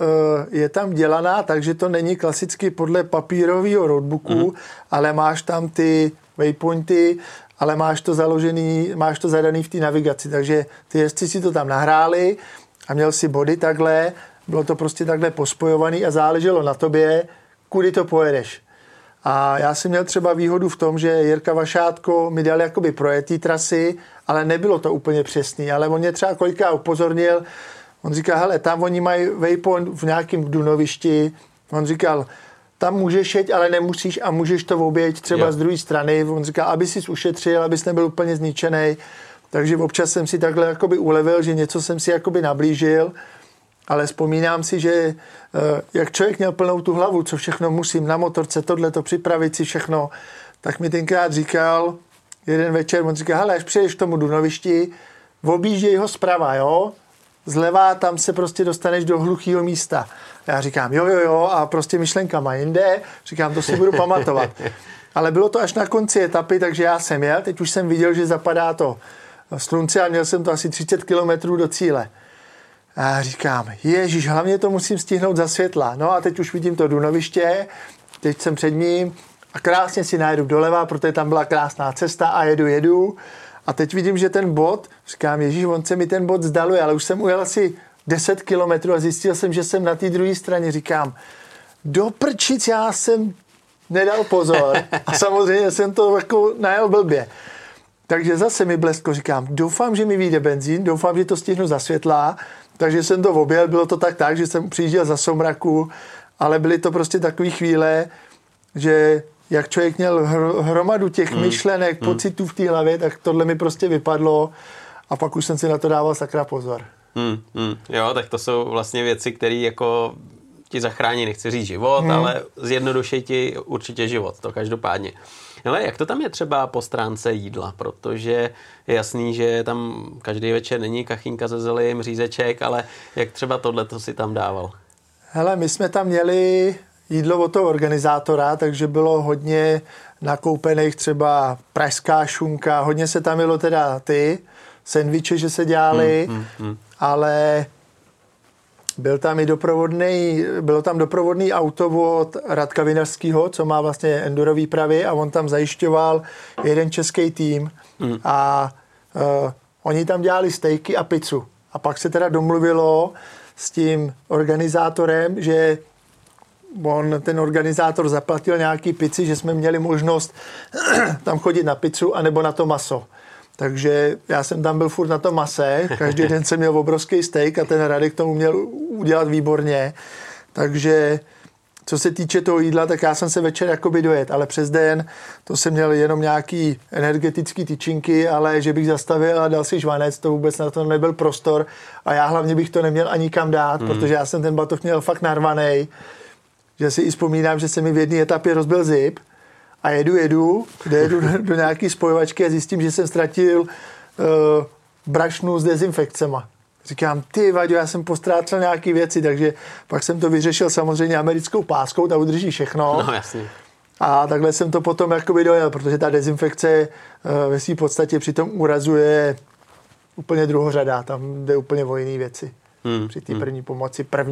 je tam dělaná, takže to není klasicky podle papírového roadbooku, mm. ale máš tam ty waypointy, ale máš to založený, máš to zadaný v té navigaci, takže ty jezdci si to tam nahráli a měl si body takhle, bylo to prostě takhle pospojovaný a záleželo na tobě, kudy to pojedeš. A já jsem měl třeba výhodu v tom, že Jirka Vašátko mi dal jakoby projetý trasy, ale nebylo to úplně přesný, ale on mě třeba kolikrát upozornil. On říká, hele, tam oni mají waypoint v nějakém dunovišti. On říkal, tam můžeš jet, ale nemusíš a můžeš to oběť třeba jo. z druhé strany. On říká, aby jsi ušetřil, abys nebyl úplně zničený. Takže občas jsem si takhle jakoby ulevil, že něco jsem si jakoby nablížil. Ale vzpomínám si, že jak člověk měl plnou tu hlavu, co všechno musím na motorce, tohleto připravit si všechno, tak mi tenkrát říkal, jeden večer, on říká, hele, až přijedeš k tomu dunovišti, objížděj ho zprava, jo? Zleva, tam se prostě dostaneš do hluchého místa. Já říkám, jo, jo, jo, a prostě myšlenkama jinde, říkám, to si budu pamatovat. Ale bylo to až na konci etapy, takže já jsem jel, teď už jsem viděl, že zapadá to slunce a měl jsem to asi třicet kilometrů do cíle. A já říkám, ježiš, hlavně to musím stihnout za světla. No a teď už vidím to dunoviště, teď jsem před ním a krásně si najedu doleva, protože tam byla krásná cesta a jedu, jedu. A teď vidím, že ten bod, říkám, ježíš, on se mi ten bod zdaluje, ale už jsem ujel asi deset kilometrů a zjistil jsem, že jsem na té druhé straně. Říkám, do prčic, já jsem nedal pozor. A samozřejmě jsem to jako najel blbě. Takže zase mi blesko, říkám, doufám, že mi vyjde benzín, doufám, že to stihnu za světla. Takže jsem to objel, bylo to tak tak, že jsem přijížděl za somraku, ale byly to prostě takové chvíle, že jak člověk měl hromadu těch mm. myšlenek, mm. pocitů v té hlavě, tak tohle mi prostě vypadlo a pak už jsem si na to dával sakra pozor. Mm, mm. Jo, tak to jsou vlastně věci, které jako ti zachrání, nechci říct život, mm. ale zjednoduší ti určitě život, to každopádně. Ale jak to tam je třeba po stránce jídla, protože je jasný, že tam každý večer není kachínka ze zelím, řízeček, ale jak třeba tohleto si tam dával? Hele, my jsme tam měli jídlo od toho organizátora, takže bylo hodně nakoupených třeba pražská šunka, hodně se tam jelo teda ty sendviče, že se dělali, hmm, hmm, hmm. ale byl tam i doprovodný, bylo tam doprovodný auto od Radka Vinařského, co má vlastně enduro výpravy a on tam zajišťoval jeden český tým hmm. a uh, oni tam dělali stejky a pizzu. A pak se teda domluvilo s tím organizátorem, že on, ten organizátor zaplatil nějaký pici, že jsme měli možnost tam chodit na pizzu anebo na to maso. Takže já jsem tam byl furt na tom mase, každý den jsem měl obrovský steak a ten Radek tomu měl udělat výborně. Takže co se týče toho jídla, tak já jsem se večer jakoby dojet, ale přes den to jsem měl jenom nějaký energetický tyčinky, ale že bych zastavil a dal si žvanec, to vůbec na to nebyl prostor a já hlavně bych to neměl ani kam dát, mm. protože já jsem ten batoh měl fakt narvanej, že si i vzpomínám, že se mi v jedné etapě rozbil zip a jedu, jedu, kde jedu do, do nějaký spojovačky a zjistím, že jsem ztratil uh, brašnu s dezinfekcema. Říkám, ty Vaďo, já jsem postrácel nějaký věci, takže pak jsem to vyřešil samozřejmě americkou páskou, ta udrží všechno. No jasně. A takhle jsem to potom jakoby dojel, protože ta dezinfekce uh, ve své podstatě při tom úrazu je úplně druhořadá, tam jde úplně o jiné věci. Hmm. Při té první pomoci první.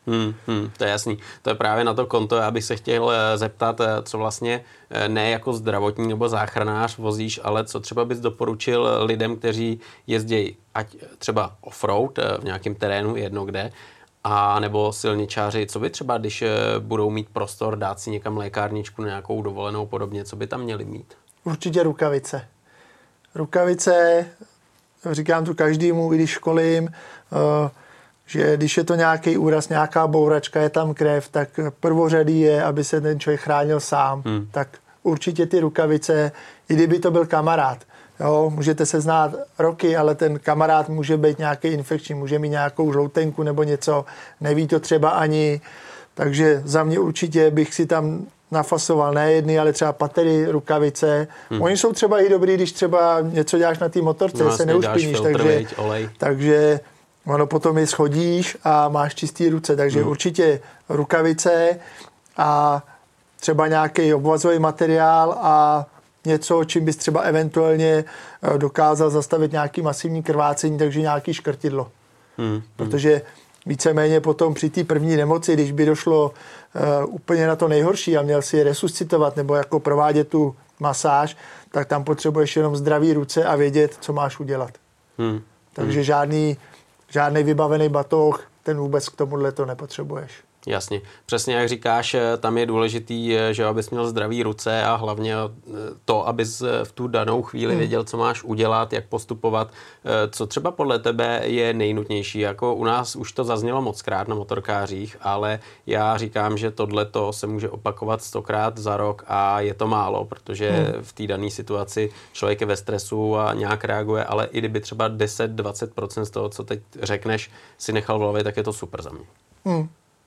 Hmm, hmm, to je jasný. To je právě na to konto. Já bych se chtěl zeptat, co vlastně ne jako zdravotní nebo záchranář vozíš, ale co třeba bys doporučil lidem, kteří jezdí ať třeba offroad v nějakém terénu, jedno kde, a nebo silničáři, co by třeba, když budou mít prostor dát si někam lékárničku na nějakou dovolenou podobně, co by tam měli mít? Určitě rukavice. Rukavice, říkám to každému, i když školím, že když je to nějaký úraz, nějaká bouračka, je tam krev, tak prvořadý je, aby se ten člověk chránil sám. Hmm. Tak určitě ty rukavice, i kdyby to byl kamarád. Jo, můžete se znát roky, ale ten kamarád může být nějaký infekční, může mít nějakou žloutenku nebo něco, neví to třeba ani. Takže za mě určitě bych si tam nafasoval ne jedny, ale třeba patery, rukavice. Hmm. Oni jsou třeba i dobrý, když třeba něco děláš na té motorce, no, se neušpiníš, takže, veď, takže ono potom je schodíš a máš čistý ruce, takže hmm. určitě rukavice a třeba nějaký obvazový materiál a něco, čím bys třeba eventuálně dokázal zastavit nějaký masivní krvácení, takže nějaký škrtidlo. Hmm. Protože víceméně potom při té první nemoci, když by došlo uh, úplně na to nejhorší a měl si je resuscitovat nebo jako provádět tu masáž, tak tam potřebuješ jenom zdravý ruce a vědět, co máš udělat. Hmm. Takže hmm. žádný, žádný vybavený batoh, ten vůbec k tomuhle to nepotřebuješ. Jasně. Přesně jak říkáš, tam je důležitý, že abys měl zdravý ruce a hlavně to, abys v tu danou chvíli věděl, co máš udělat, jak postupovat. Co třeba podle tebe je nejnutnější? Jako u nás už to zaznělo mockrát na motorkářích, ale já říkám, že tohleto se může opakovat stokrát za rok a je to málo, protože hmm. v té dané situaci člověk je ve stresu a nějak reaguje, ale i kdyby třeba deset až dvacet procent z toho, co teď řekneš, si nechal v hlavě, tak je to super za mě. Hmm.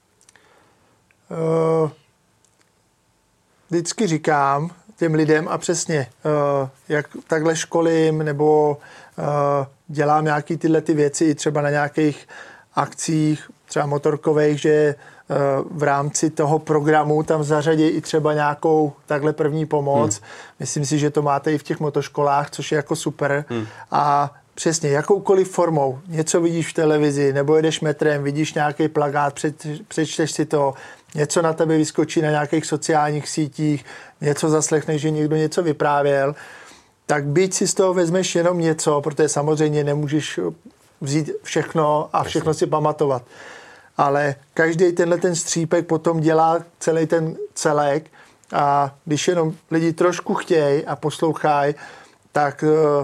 Uh, vždycky říkám těm lidem a přesně, uh, jak takhle školím nebo uh, dělám nějaký tyhle ty věci třeba na nějakých akcích, třeba motorkových, že uh, v rámci toho programu tam zařadí i třeba nějakou takhle první pomoc. Hmm. Myslím si, že to máte i v těch motoškolách, což je jako super. Hmm. A přesně, jakoukoliv formou, něco vidíš v televizi, nebo jedeš metrem, vidíš nějaký plakát, před, přečteš si to, něco na tebe vyskočí na nějakých sociálních sítích, něco zaslechneš, že někdo něco vyprávěl, tak byť si z toho vezmeš jenom něco, protože samozřejmě nemůžeš vzít všechno a všechno si pamatovat. Ale každý tenhle ten střípek potom dělá celý ten celek a když jenom lidi trošku chtějí a poslouchají, tak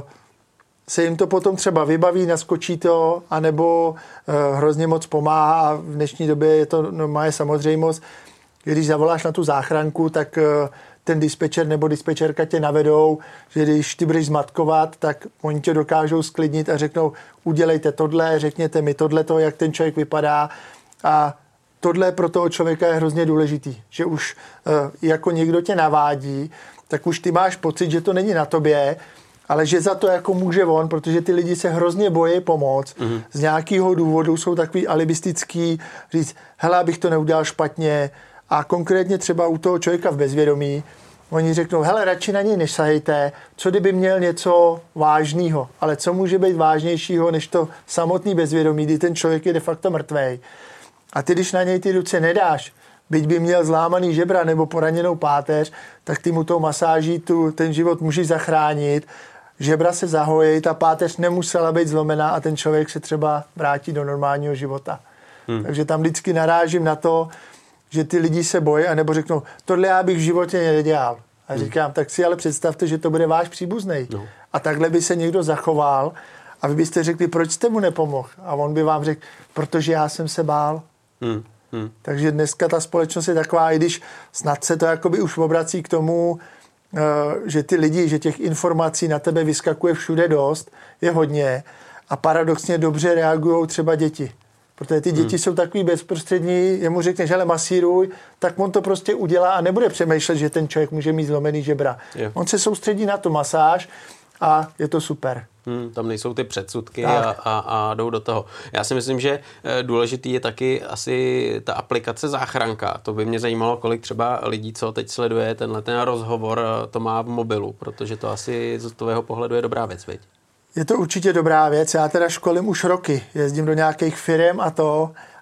se jim to potom třeba vybaví, naskočí to, anebo uh, hrozně moc pomáhá a v dnešní době je to normálně samozřejmost. Když zavoláš na tu záchranku, tak uh, ten dispečer nebo dispečerka tě navedou, že když ty budeš zmatkovat, tak oni tě dokážou sklidnit a řeknou, udělejte tohle, řekněte mi tohleto, jak ten člověk vypadá. A tohle pro toho člověka je hrozně důležitý, že už uh, jako někdo tě navádí, tak už ty máš pocit, že to není na tobě, ale že za to jako může on, protože ty lidi se hrozně bojí pomoct. Mm-hmm. Z nějakého důvodu jsou takový alibistický, říct, hele, abych to neudělal špatně. A konkrétně třeba u toho člověka v bezvědomí, oni řeknou, hele, radši na něj nesahejte, co kdyby měl něco vážného. Ale co může být vážnějšího, než to samotný bezvědomí, kdy ten člověk je de facto mrtvej. A ty, když na něj ty ruce nedáš, byť by měl zlámaný žebra nebo poraněnou páteř, tak ty mu tou masáží tu, ten život můžeš zachránit. Žebra se zahojí, ta páteř nemusela být zlomená a ten člověk se třeba vrátí do normálního života. Hmm. Takže tam vždycky narážím na to, že ty lidi se bojí, anebo řeknou, tohle já bych v životě nedělal. A říkám, hmm. tak si ale představte, že to bude váš příbuznej. No. A takhle by se někdo zachoval a vy byste řekli, proč jste mu nepomohl? A on by vám řekl, protože já jsem se bál. Hmm. Hmm. Takže dneska ta společnost je taková, i když snad se to jakoby už obrací k tomu, že ty lidi, že těch informací na tebe vyskakuje všude dost, je hodně a paradoxně dobře reagují třeba děti. Protože ty děti hmm. jsou takový bezprostřední, jemu řekneš, hele, masíruj, tak on to prostě udělá a nebude přemýšlet, že ten člověk může mít zlomený žebra. Je. On se soustředí na tu masáž a je to super. Hmm, tam nejsou ty předsudky a, a, a jdou do toho. Já si myslím, že důležitý je taky asi ta aplikace záchranka. To by mě zajímalo, kolik třeba lidí, co teď sleduje tenhle ten rozhovor, to má v mobilu, protože to asi z tvého pohledu je dobrá věc, viď? Je to určitě dobrá věc. Já teda školím už roky. Jezdím do nějakých firem a to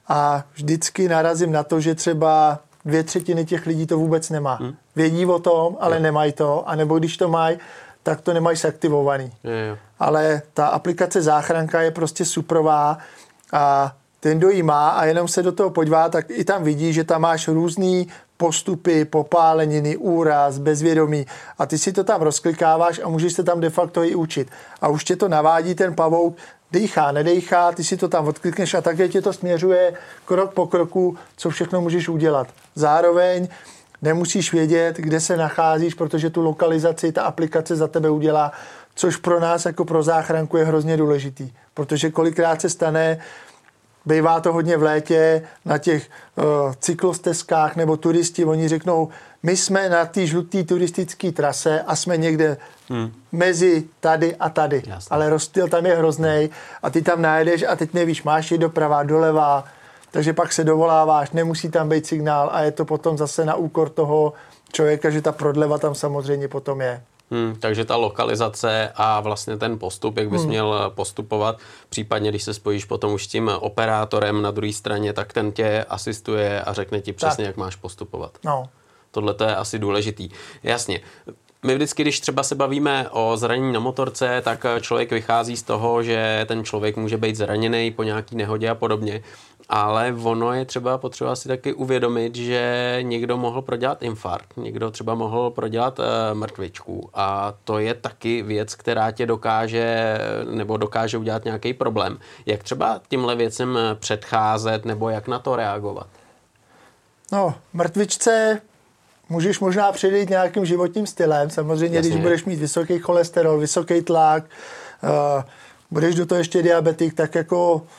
a vždycky narazím na to, že třeba dvě třetiny těch lidí to vůbec nemá. Hmm. Vědí o tom, ale jo. nemají to, anebo když to mají, tak to nemají zaktivovaný. Je, jo. Ale ta aplikace Záchranka je prostě suprová a ten, kdo ji má a jenom se do toho podívá, tak i tam vidí, že tam máš různý postupy, popáleniny, úraz, bezvědomí a ty si to tam rozklikáváš a můžeš se tam de facto i učit. A už tě to navádí ten pavouk, dýchá, nedejchá, ty si to tam odklikneš a také tě to směřuje krok po kroku, co všechno můžeš udělat. Zároveň nemusíš vědět, kde se nacházíš, protože tu lokalizaci ta aplikace za tebe udělá, což pro nás jako pro záchranku je hrozně důležitý, protože kolikrát se stane, bývá to hodně v létě na těch uh, cyklostezkách nebo turisti, oni řeknou, my jsme na té žluté turistické trase a jsme někde hmm. mezi tady a tady. Jasně. Ale rozptyl tam je hroznej a ty tam najedeš a teď nevíš, máš jít doprava, doleva, takže pak se dovoláváš, nemusí tam být signál a je to potom zase na úkor toho člověka, že ta prodleva tam samozřejmě potom je. Hmm, takže ta lokalizace a vlastně ten postup, jak bys hmm. měl postupovat, případně když se spojíš potom už s tím operátorem na druhé straně, tak ten tě asistuje a řekne ti přesně, tak. jak máš postupovat. No. Tohle to je asi důležitý. Jasně. My vždycky, když třeba se bavíme o zranění na motorce, tak člověk vychází z toho, že ten člověk může být zraněný po nějaký nehodě a podobně. Ale ono je třeba potřeba si taky uvědomit, že někdo mohl prodělat infarkt, někdo třeba mohl prodělat e, mrtvičku a to je taky věc, která tě dokáže nebo dokáže udělat nějaký problém. Jak třeba tímhle věcem předcházet nebo jak na to reagovat? No, mrtvičce můžeš možná předejít nějakým životním stylem. Samozřejmě, Jasně. když budeš mít vysoký cholesterol, vysoký tlak, uh, budeš do toho ještě diabetik, tak jako uh,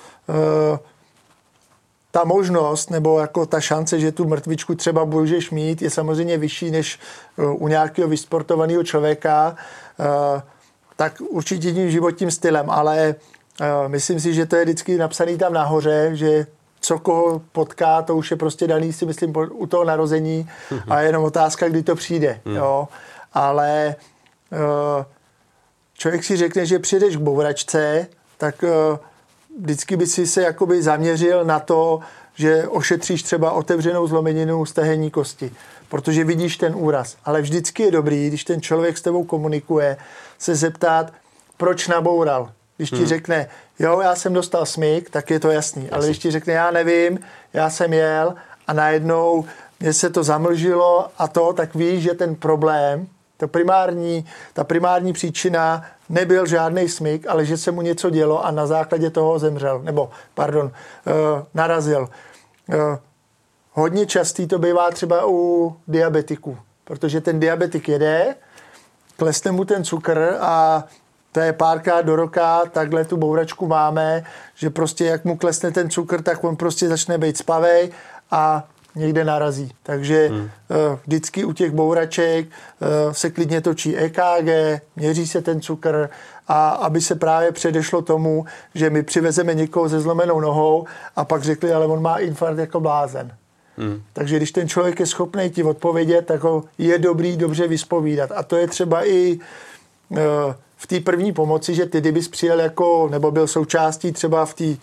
ta možnost nebo jako ta šance, že tu mrtvičku třeba budeš mít, je samozřejmě vyšší než u nějakého vysportovaného člověka, tak určitě tím životním stylem, ale myslím si, že to je vždycky napsaný tam nahoře, že co koho potká, to už je prostě daný, si myslím, u toho narození a je jenom otázka, kdy to přijde. Jo. Ale člověk si řekne, že přijdeš k bouračce, tak vždycky by si se jakoby zaměřil na to, že ošetříš třeba otevřenou zlomeninu stehenní kosti, protože vidíš ten úraz. Ale vždycky je dobrý, když ten člověk s tebou komunikuje, se zeptat, proč naboural. Když ti hmm. řekne, jo, já jsem dostal smyk, tak je to jasný. Jasný. Ale když ti řekne, já nevím, já jsem jel a najednou mě se to zamlžilo a to, tak víš, že ten problém, ta primární, ta primární příčina nebyl žádný smyk, ale že se mu něco dělo a na základě toho zemřel, nebo, pardon, uh, narazil. Uh, hodně častý to bývá třeba u diabetiků, protože ten diabetik jede, klesne mu ten cukr a to je párkrát do roka, takhle tu bouračku máme, že prostě jak mu klesne ten cukr, tak on prostě začne být spavej a někde narazí. Takže hmm. uh, vždycky u těch bouraček uh, se klidně točí E K G, měří se ten cukr a aby se právě předešlo tomu, že my přivezeme někoho se zlomenou nohou a pak řekli, ale on má infarkt jako blázen. Hmm. Takže když ten člověk je schopný ti odpovědět, tak ho je dobrý dobře vyspovídat. A to je třeba i uh, v té první pomoci, že ty kdybys přijel jako, nebo byl součástí třeba v té uh,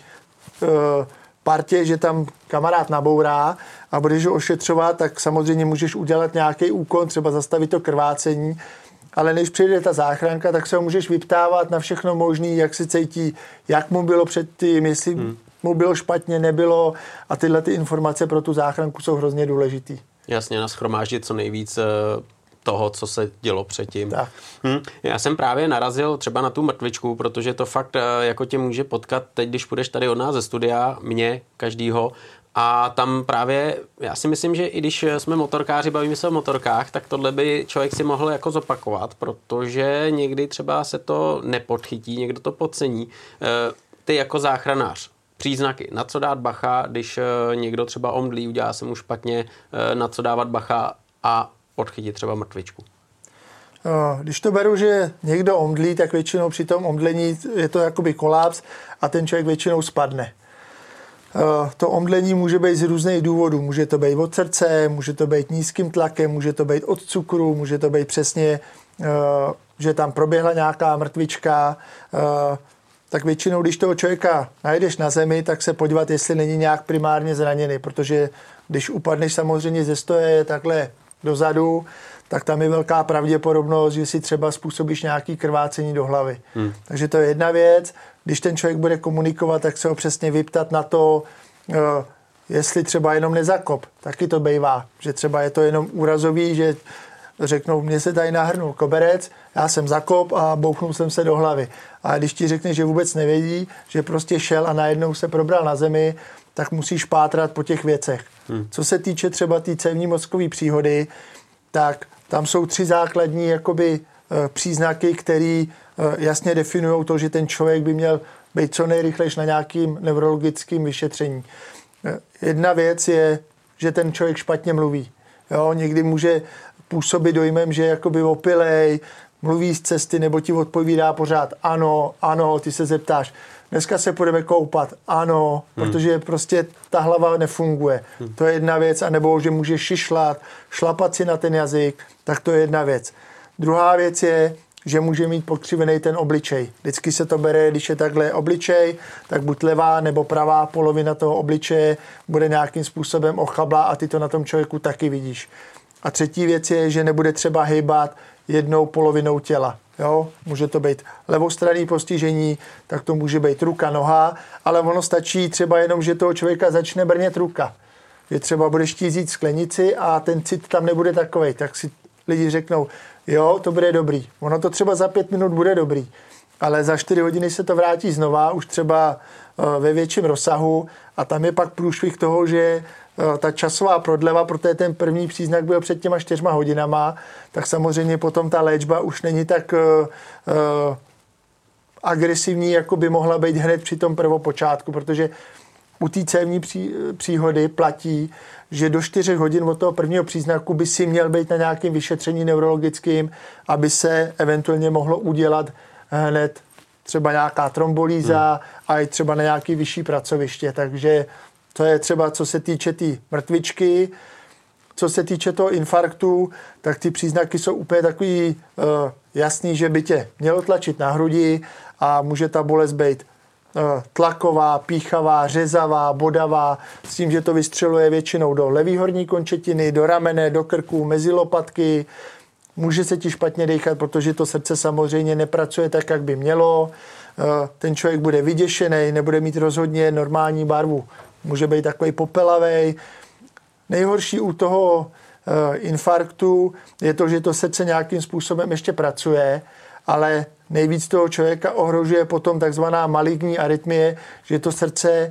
partě, že tam kamarád nabourá a budeš ho ošetřovat, tak samozřejmě můžeš udělat nějaký úkon, třeba zastavit to krvácení, ale než přijde ta záchranka, tak se ho můžeš vyptávat na všechno možné, jak se cítí, jak mu bylo předtím, jestli hmm. mu bylo špatně, nebylo a tyhle ty informace pro tu záchranku jsou hrozně důležitý. Jasně, nashromáždit co nejvíc toho, co se dělo předtím. Hm. Já jsem právě narazil třeba na tu mrtvičku, protože to fakt jako tě může potkat teď, když půjdeš tady od nás ze studia, mě, každýho, a tam právě, já si myslím, že i když jsme motorkáři, bavíme se o motorkách, tak tohle by člověk si mohl jako zopakovat, protože někdy třeba se to nepodchytí, někdo to podcení. Ty jako záchranář, příznaky, na co dát bacha, když někdo třeba omdlí, udělá se mu špatně, na co dávat bacha a podchytit třeba mrtvičku. Když to beru, že někdo omdlí, tak většinou při tom omdlení je to jakoby kolaps a ten člověk většinou spadne. To omdlení může být z různých důvodů. Může to být od srdce, může to být nízkým tlakem, může to být od cukru, může to být přesně, že tam proběhla nějaká mrtvička. tak většinou, když toho člověka najdeš na zemi, tak se podívat, jestli není nějak primárně zraněný, protože když upadneš samozřejmě ze stoje takhle dozadu, tak tam je velká pravděpodobnost, že si třeba způsobíš nějaký krvácení do hlavy. Hmm. Takže to je jedna věc. Když ten člověk bude komunikovat, tak se ho přesně vyptat na to, jestli třeba jenom nezakop. Taky to bývá, že třeba je to jenom úrazový, že řeknou, mně se tady nahrnul koberec, já jsem zakop a bouchnul jsem se do hlavy. A když ti řekne, že vůbec nevědí, že prostě šel a najednou se probral na zemi, tak musíš pátrat po těch věcech. Hmm. Co se týče třeba té tý cévní mozkové příhody, tak tam jsou tři základní jakoby, příznaky, které jasně definují to, že ten člověk by měl být co nejrychlejš na nějakým neurologickým vyšetření. Jedna věc je, že ten člověk špatně mluví. Jo, někdy může působit dojmem, že je jakoby opilej, mluví z cesty, nebo ti odpovídá pořád ano, ano, ty se zeptáš, dneska se půjdeme koupat, ano, hmm. protože prostě ta hlava nefunguje. Hmm. To je jedna věc, anebo že může šišlat, šlapat si na ten jazyk, tak to je jedna věc. Druhá věc je, že může mít pokřivený ten obličej. Vždycky se to bere, když je takhle obličej, tak buď levá nebo pravá polovina toho obličeje bude nějakým způsobem ochablá a ty to na tom člověku taky vidíš. A třetí věc je, že nebude třeba hejbat jednou polovinou těla. Jo? Může to být levostranný postižení, tak to může být ruka, noha, ale ono stačí třeba jenom, že toho člověka začne brnět ruka. Že třeba budeš tízít sklenici a ten cit tam nebude takovej, tak si lidi řeknou, jo, to bude dobrý. Ono to třeba za pět minut bude dobrý, ale za čtyři hodiny se to vrátí znova, už třeba ve větším rozsahu a tam je pak průšvih toho, že ta časová prodleva, protože ten první příznak byl před těma čtyřma hodinama, tak samozřejmě potom ta léčba už není tak uh, uh, agresivní, jako by mohla být hned při tom prvopočátku, protože u té cévní pří, příhody platí, že do čtyř hodin od toho prvního příznaku by si měl být na nějakém vyšetření neurologickým, aby se eventuálně mohlo udělat hned třeba nějaká trombolýza hmm. a i třeba na nějaký vyšší pracoviště. Takže to je třeba, co se týče té tý mrtvičky. Co se týče toho infarktu, tak ty příznaky jsou úplně takový uh, jasný, že by tě mělo tlačit na hrudi a může ta bolest být uh, tlaková, píchavá, řezavá, bodavá, s tím, že to vystřeluje většinou do levý horní končetiny, do ramene, do krku, mezi lopatky. Může se ti špatně dýchat, protože to srdce samozřejmě nepracuje tak, jak by mělo. Uh, ten člověk bude vyděšený, nebude mít rozhodně normální barvu. Může být takový popelavej. Nejhorší u toho e, infarktu je to, že to srdce nějakým způsobem ještě pracuje, ale nejvíc toho člověka ohrožuje potom takzvaná maligní arytmie, že to srdce e,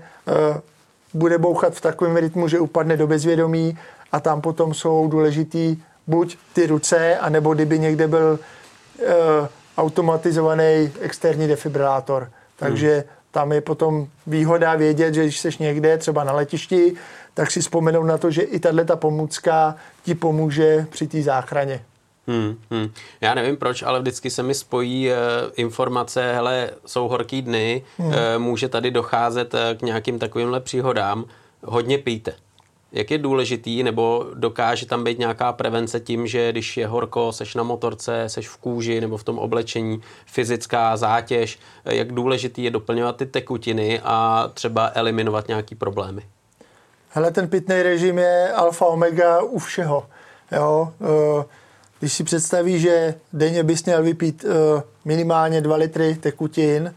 bude bouchat v takovém rytmu, že upadne do bezvědomí a tam potom jsou důležitý buď ty ruce, anebo kdyby někde byl e, automatizovaný externí defibrilátor. Takže hmm. tam je potom výhoda vědět, že když jsi někde, třeba na letišti, tak si vzpomenout na to, že i tato pomůcka ti pomůže při té záchraně. Hmm, hmm. Já nevím proč, ale vždycky se mi spojí e, informace, hele, jsou horký dny, hmm. e, může tady docházet e, k nějakým takovýmhle příhodám, hodně pijte. Jak je důležitý, nebo dokáže tam být nějaká prevence tím, že když je horko, seš na motorce, seš v kůži nebo v tom oblečení, fyzická zátěž, jak důležitý je doplňovat ty tekutiny a třeba eliminovat nějaký problémy? Hele, ten pitný režim je alfa omega u všeho. Jo? Když si představíš, že denně bys měl vypít minimálně dva litry tekutin,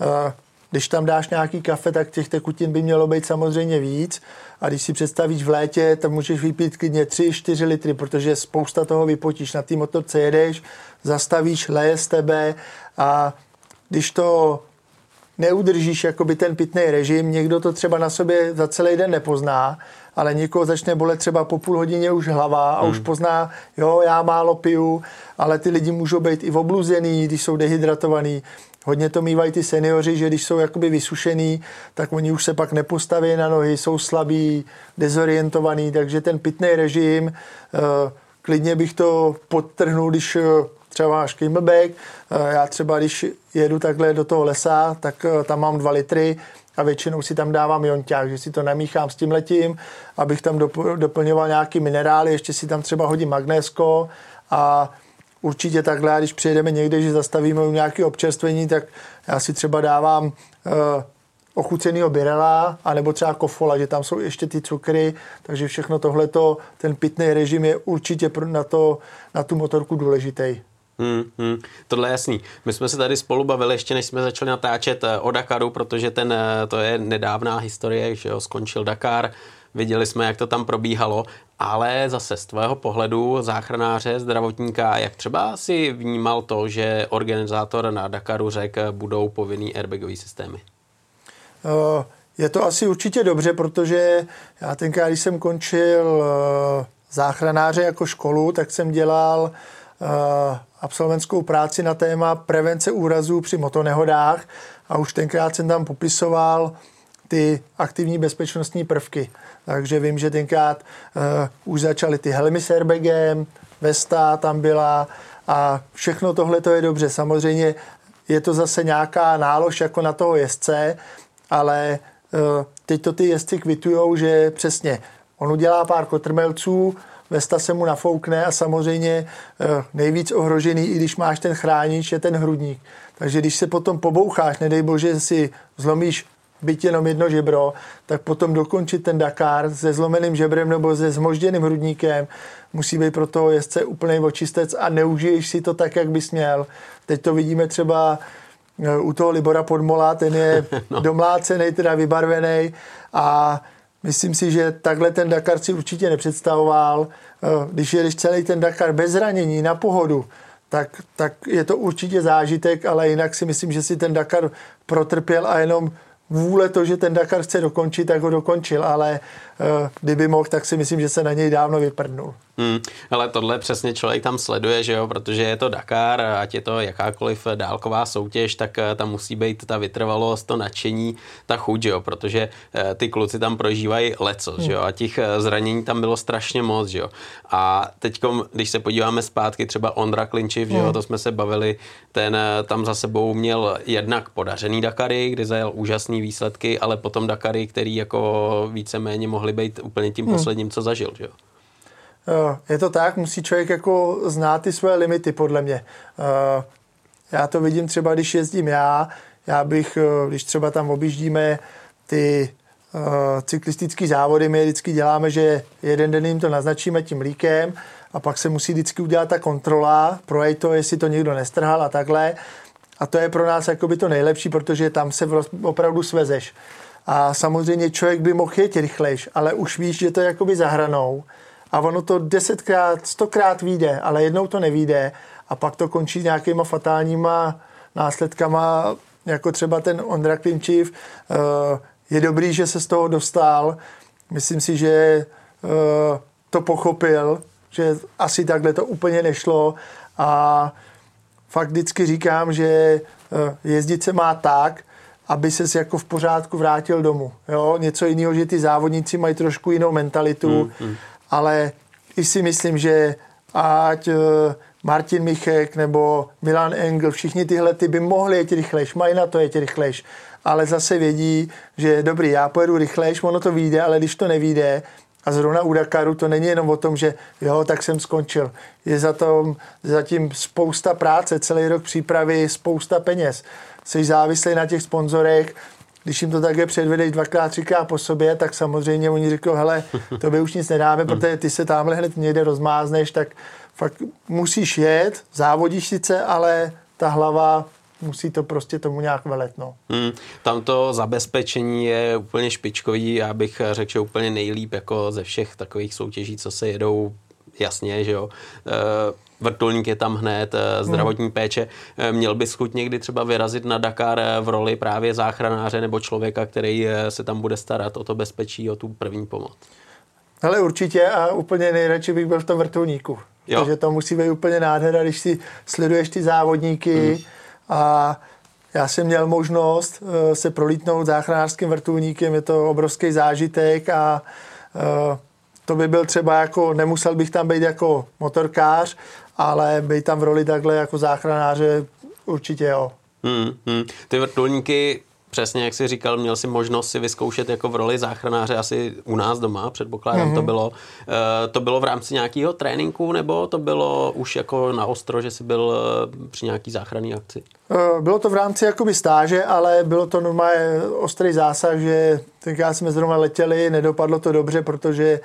když tam dáš nějaký kafe, tak těch tekutin by mělo být samozřejmě víc. A když si představíš v létě, tak můžeš vypít klidně tři čtyři litry, protože spousta toho vypotíš. Na té motorce jedeš, zastavíš, leje z tebe a když to neudržíš jakoby ten pitný režim, někdo to třeba na sobě za celý den nepozná, ale někoho začne bolet třeba po půl hodině už hlava a hmm. už pozná, jo, já málo piju, ale ty lidi můžou být i obluzený, když jsou dehydratovaný. Hodně to mývají ty seniori, že když jsou jakoby vysušený, tak oni už se pak nepostaví na nohy, jsou slabí, dezorientovaný, takže ten pitný režim, klidně bych to podtrhnul, když třeba máš kýmlbek, já třeba když jedu takhle do toho lesa, tak tam mám dva litry a většinou si tam dávám jonťák, že si to namíchám s tímhletím, abych tam doplňoval nějaký minerály, ještě si tam třeba hodím magnésko a určitě takhle, a když přijedeme někde, že zastavíme u nějaké občerstvení, tak já si třeba dávám uh, ochucenýho birela, anebo třeba kofola, že tam jsou ještě ty cukry, takže všechno tohleto, ten pitný režim je určitě na, to, na tu motorku důležitý. Hmm, hmm, tohle je jasný. My jsme se tady spolu bavili, ještě než jsme začali natáčet o Dakaru, protože ten, to je nedávná historie, že jo, skončil Dakar, viděli jsme, jak to tam probíhalo, ale zase z tvého pohledu záchranáře, zdravotníka, jak třeba si vnímal to, že organizátor na Dakaru řekl, budou povinný airbagové systémy? Je to asi určitě dobře, protože já tenkrát, když jsem končil záchranáře jako školu, tak jsem dělal absolventskou práci na téma prevence úrazů při motonehodách a už tenkrát jsem tam popisoval ty aktivní bezpečnostní prvky. Takže vím, že tenkrát uh, už začaly ty helmy s airbagem, vesta tam byla a všechno tohle to je dobře. Samozřejmě je to zase nějaká nálož jako na toho jezdce, ale uh, teď to ty jezdci kvitujou, že přesně on udělá pár kotrmelců, vesta se mu nafoukne a samozřejmě nejvíc ohrožený, i když máš ten chránič, je ten hrudník. Takže když se potom poboucháš, nedej bože, že si zlomíš byť jenom jedno žebro, tak potom dokončit ten Dakar se zlomeným žebrem nebo se zmožděným hrudníkem musí být pro toho jezdce úplný očistec a neužiješ si to tak, jak bys měl. Teď to vidíme třeba u toho Libora Podmola, ten je no. domlácený, teda vybarvený a myslím si, že takhle ten Dakar si určitě nepředstavoval. Když jedeš celý ten Dakar bez zranění, na pohodu, tak, tak je to určitě zážitek, ale jinak si myslím, že si ten Dakar protrpěl a jenom vůle to, že ten Dakar chce dokončit, tak ho dokončil, ale uh, kdyby mohl, tak si myslím, že se na něj dávno vyprdnul. Hmm, ale tohle přesně člověk tam sleduje, že jo, protože je to Dakar, ať je to jakákoliv dálková soutěž, tak tam musí být ta vytrvalost, to nadšení, ta chuť, jo, protože ty kluci tam prožívají lecos, hmm. že jo, a těch zranění tam bylo strašně moc, že jo. A teďkom, když se podíváme zpátky, třeba Ondra Klinčiv, hmm. že jo, to jsme se bavili, ten tam za sebou měl jednak podařený Dakary, kdy zajel úžasný výsledky, ale potom Dakary, který jako víceméně mohly být úplně tím posledním, co zažil, že jo. Je to tak, musí člověk jako znát ty své limity, podle mě. Já to vidím třeba, když jezdím já, já bych, když třeba tam objíždíme ty cyklistické závody, my vždycky děláme, že jeden den jim to naznačíme tím líkem a pak se musí vždycky udělat ta kontrola, projít to, jestli to někdo nestrhal a takhle. A to je pro nás jakoby to nejlepší, protože tam se opravdu svezeš. A samozřejmě člověk by mohl jet rychlejš, ale už víš, že to je jakoby za hranou. A ono to desetkrát, stokrát vyjde, ale jednou to nevyjde a pak to končí nějakýma fatálníma následkama, jako třeba ten Ondra Klinčiv. Je dobrý, že se z toho dostal. Myslím si, že to pochopil, že asi takhle to úplně nešlo a fakt vždycky říkám, že jezdit se má tak, aby ses jako v pořádku vrátil domů. Jo? Něco jiného, že ty závodníci mají trošku jinou mentalitu, hmm, hmm. ale i si myslím, že ať Martin Michek nebo Milan Engel, všichni tyhle ty by mohli jet rychlejš, mají na to jet rychlejš, ale zase vědí, že dobrý, já pojedu rychlejš, ono to vyjde, ale když to nevyjde, a zrovna u Dakaru to není jenom o tom, že jo, tak jsem skončil. Je za, tom, za tím spousta práce, celý rok přípravy, spousta peněz. Jsi závislý na těch sponzorech, když jim to také předvedeš dvakrát, třikrát po sobě, tak samozřejmě oni řeknou, hele, tobě už nic nedáme, protože ty se tamhle hned někde rozmázneš, tak fakt musíš jet, závodíš sice, ale ta hlava musí to prostě tomu nějak velet, no. Hmm, tam to zabezpečení je úplně špičkový, já bych řekl, že úplně nejlíp jako ze všech takových soutěží, co se jedou, jasně, že jo. Vrtulník je tam hned, zdravotní péče. Měl bys chuť někdy třeba vyrazit na Dakar v roli právě záchranáře nebo člověka, který se tam bude starat o to bezpečí, o tu první pomoc? Ale určitě a úplně nejradši bych byl v tom vrtulníku. Jo. Takže to musí být úplně nádhera, když si sleduješ ty závodníky hmm. a já jsem měl možnost se prolítnout záchranářským vrtulníkem, je to obrovský zážitek a to by byl třeba jako, nemusel bych tam být jako motorkář, ale být tam v roli takhle jako záchranáře určitě jo. Hmm, hmm. Ty vrtulníky Přesně, jak jsi říkal, měl jsi možnost si vyzkoušet jako v roli záchranáře asi u nás doma, předpokládám, mm-hmm. to bylo. E, to bylo v rámci nějakého tréninku, nebo to bylo už jako na ostro, že jsi byl při nějaký záchranné akci? Bylo to v rámci jakoby stáže, ale bylo to normálně ostrý zásah, že tenkrát jsme zrovna letěli, nedopadlo to dobře, protože e,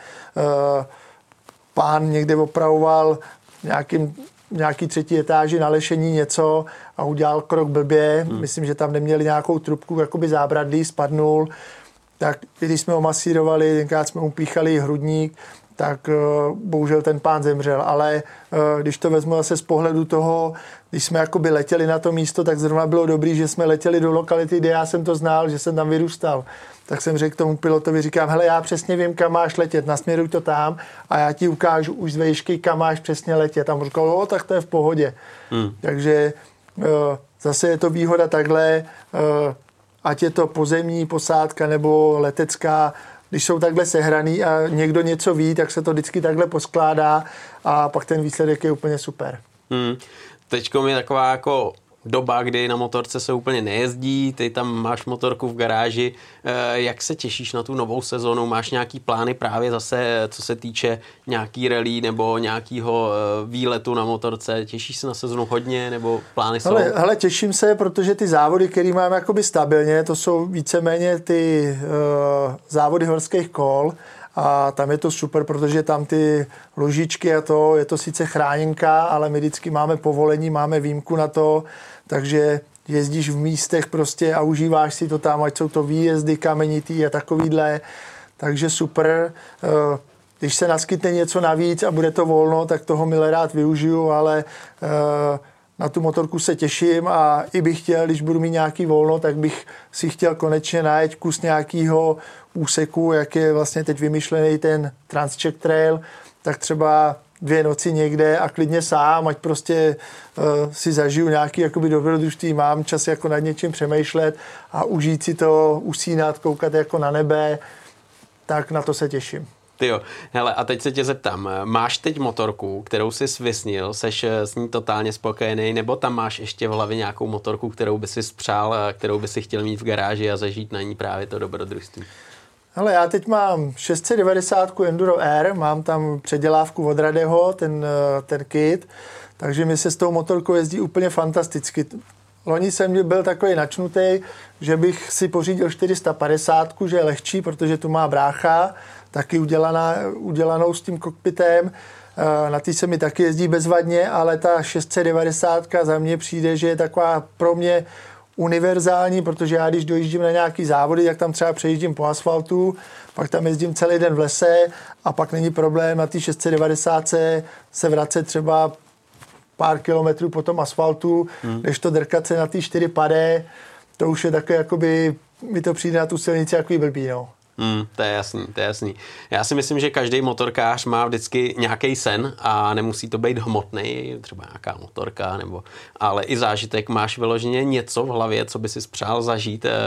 pán někde opravoval nějakým nějaký třetí etáži na lešení něco a udělal krok blbě. Hmm. Myslím, že tam neměli nějakou trubku, jakoby zábradlí, spadnul. Tak když jsme ho masírovali, tenkrát jsme mu píchali hrudník, tak uh, bohužel ten pán zemřel. Ale uh, když to vezmu zase z pohledu toho, když jsme jakoby letěli na to místo, tak zrovna bylo dobrý, že jsme letěli do lokality, kde já jsem to znal, že jsem tam vyrůstal. Tak jsem řekl tomu pilotovi, říkám, hele, já přesně vím, kam máš letět, nasměruj to tam a já ti ukážu už z výšky, kam máš přesně letět. A on říkal, o, tak to je v pohodě. Hmm. Takže uh, zase je to výhoda takhle, uh, ať je to pozemní posádka nebo letecká, když jsou takhle sehraný a někdo něco ví, tak se to vždycky takhle poskládá a pak ten výsledek je úplně super. Hmm. Teďko mi taková jako doba, kdy na motorce se úplně nejezdí, ty tam máš motorku v garáži. Jak se těšíš na tu novou sezonu? Máš nějaký plány právě zase, co se týče nějaký rally nebo nějakého výletu na motorce? Těšíš se na sezonu hodně nebo plány jsou? Hele, hele těším se, protože ty závody, které mám jakoby stabilně, to jsou víceméně ty uh, závody horských kol. A tam je to super, protože tam ty ložičky a to, je to sice chráněnka, ale my vždycky máme povolení, máme výjimku na to, takže jezdíš v místech prostě a užíváš si to tam, ať jsou to výjezdy kamenitý a takovýhle, takže super. Když se naskytne něco navíc a bude to volno, tak toho milé rád využiju, ale na tu motorku se těším a i bych chtěl, když budu mít nějaký volno, tak bych si chtěl konečně najít kus nějakého úseku, jak je vlastně teď vymyšlený ten Transczech Trail, tak třeba dvě noci někde a klidně sám, ať prostě uh, si zažiju nějaký jakoby dobrodružství, mám čas jako nad něčím přemýšlet a užít si to, usínat, koukat jako na nebe, tak na to se těším. Tyjo, hele, a teď se tě zeptám, máš teď motorku, kterou jsi vysnil, seš s ní totálně spokojený, nebo tam máš ještě v hlavě nějakou motorku, kterou by si spřál, kterou by si chtěl mít v garáži a zažít na ní právě to dobrodružství? Hele, já teď mám šest set devadesát Enduro R, mám tam předělávku od Radeho, ten, ten kit, takže mi se s tou motorkou jezdí úplně fantasticky. Loni jsem byl takový načnutý, že bych si pořídil čtyři sta padesát, že je lehčí, protože tu má brácha, taky udělaná, udělanou s tím kokpitem. Na té se mi taky jezdí bezvadně, ale ta šest set devadesát za mě přijde, že je taková pro mě univerzální, protože já když dojíždím na nějaký závody, tak tam třeba přejíždím po asfaltu, pak tam jezdím celý den v lese a pak není problém na té šest set devadesát se vracet třeba pár kilometrů po tom asfaltu, hmm. když to drkat se na ty čtyři padé, to už je takové, jakoby, mi to přijde na tu silnici jako blbý, no. Hmm, to je jasný, to je jasný. Já si myslím, že každý motorkář má vždycky nějaký sen a nemusí to být hmotný, třeba nějaká motorka, nebo, ale i zážitek. Máš vyloženě něco v hlavě, co by si přál zažít eh,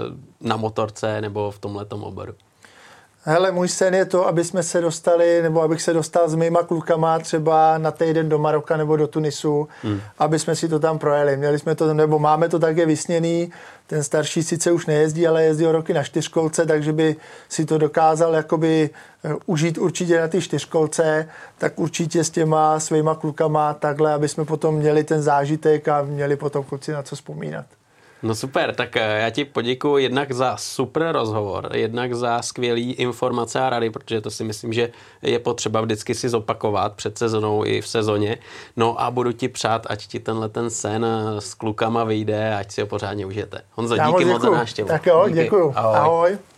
na motorce nebo v tomhletom oboru? Hele, můj sen je to, aby jsme se dostali, nebo abych se dostal s mýma klukama třeba na týden do Maroka nebo do Tunisu, hmm. aby jsme si to tam projeli. Měli jsme to, nebo máme to také vysněný, ten starší sice už nejezdí, ale jezdí o roky na čtyřkolce, takže by si to dokázal jakoby užít určitě na ty čtyřkolce, tak určitě s těma svýma klukama takhle, aby jsme potom měli ten zážitek a měli potom kluci na co vzpomínat. No super, tak já ti poděkuji jednak za super rozhovor, jednak za skvělý informace a rady, protože to si myslím, že je potřeba vždycky si zopakovat před sezónou i v sezóně. No a budu ti přát, ať ti tenhle ten sen s klukama vyjde, ať si ho pořádně užijete. Honzo, díky moc za návštěvu. Tak jo, děkuji. Ahoj. Ahoj.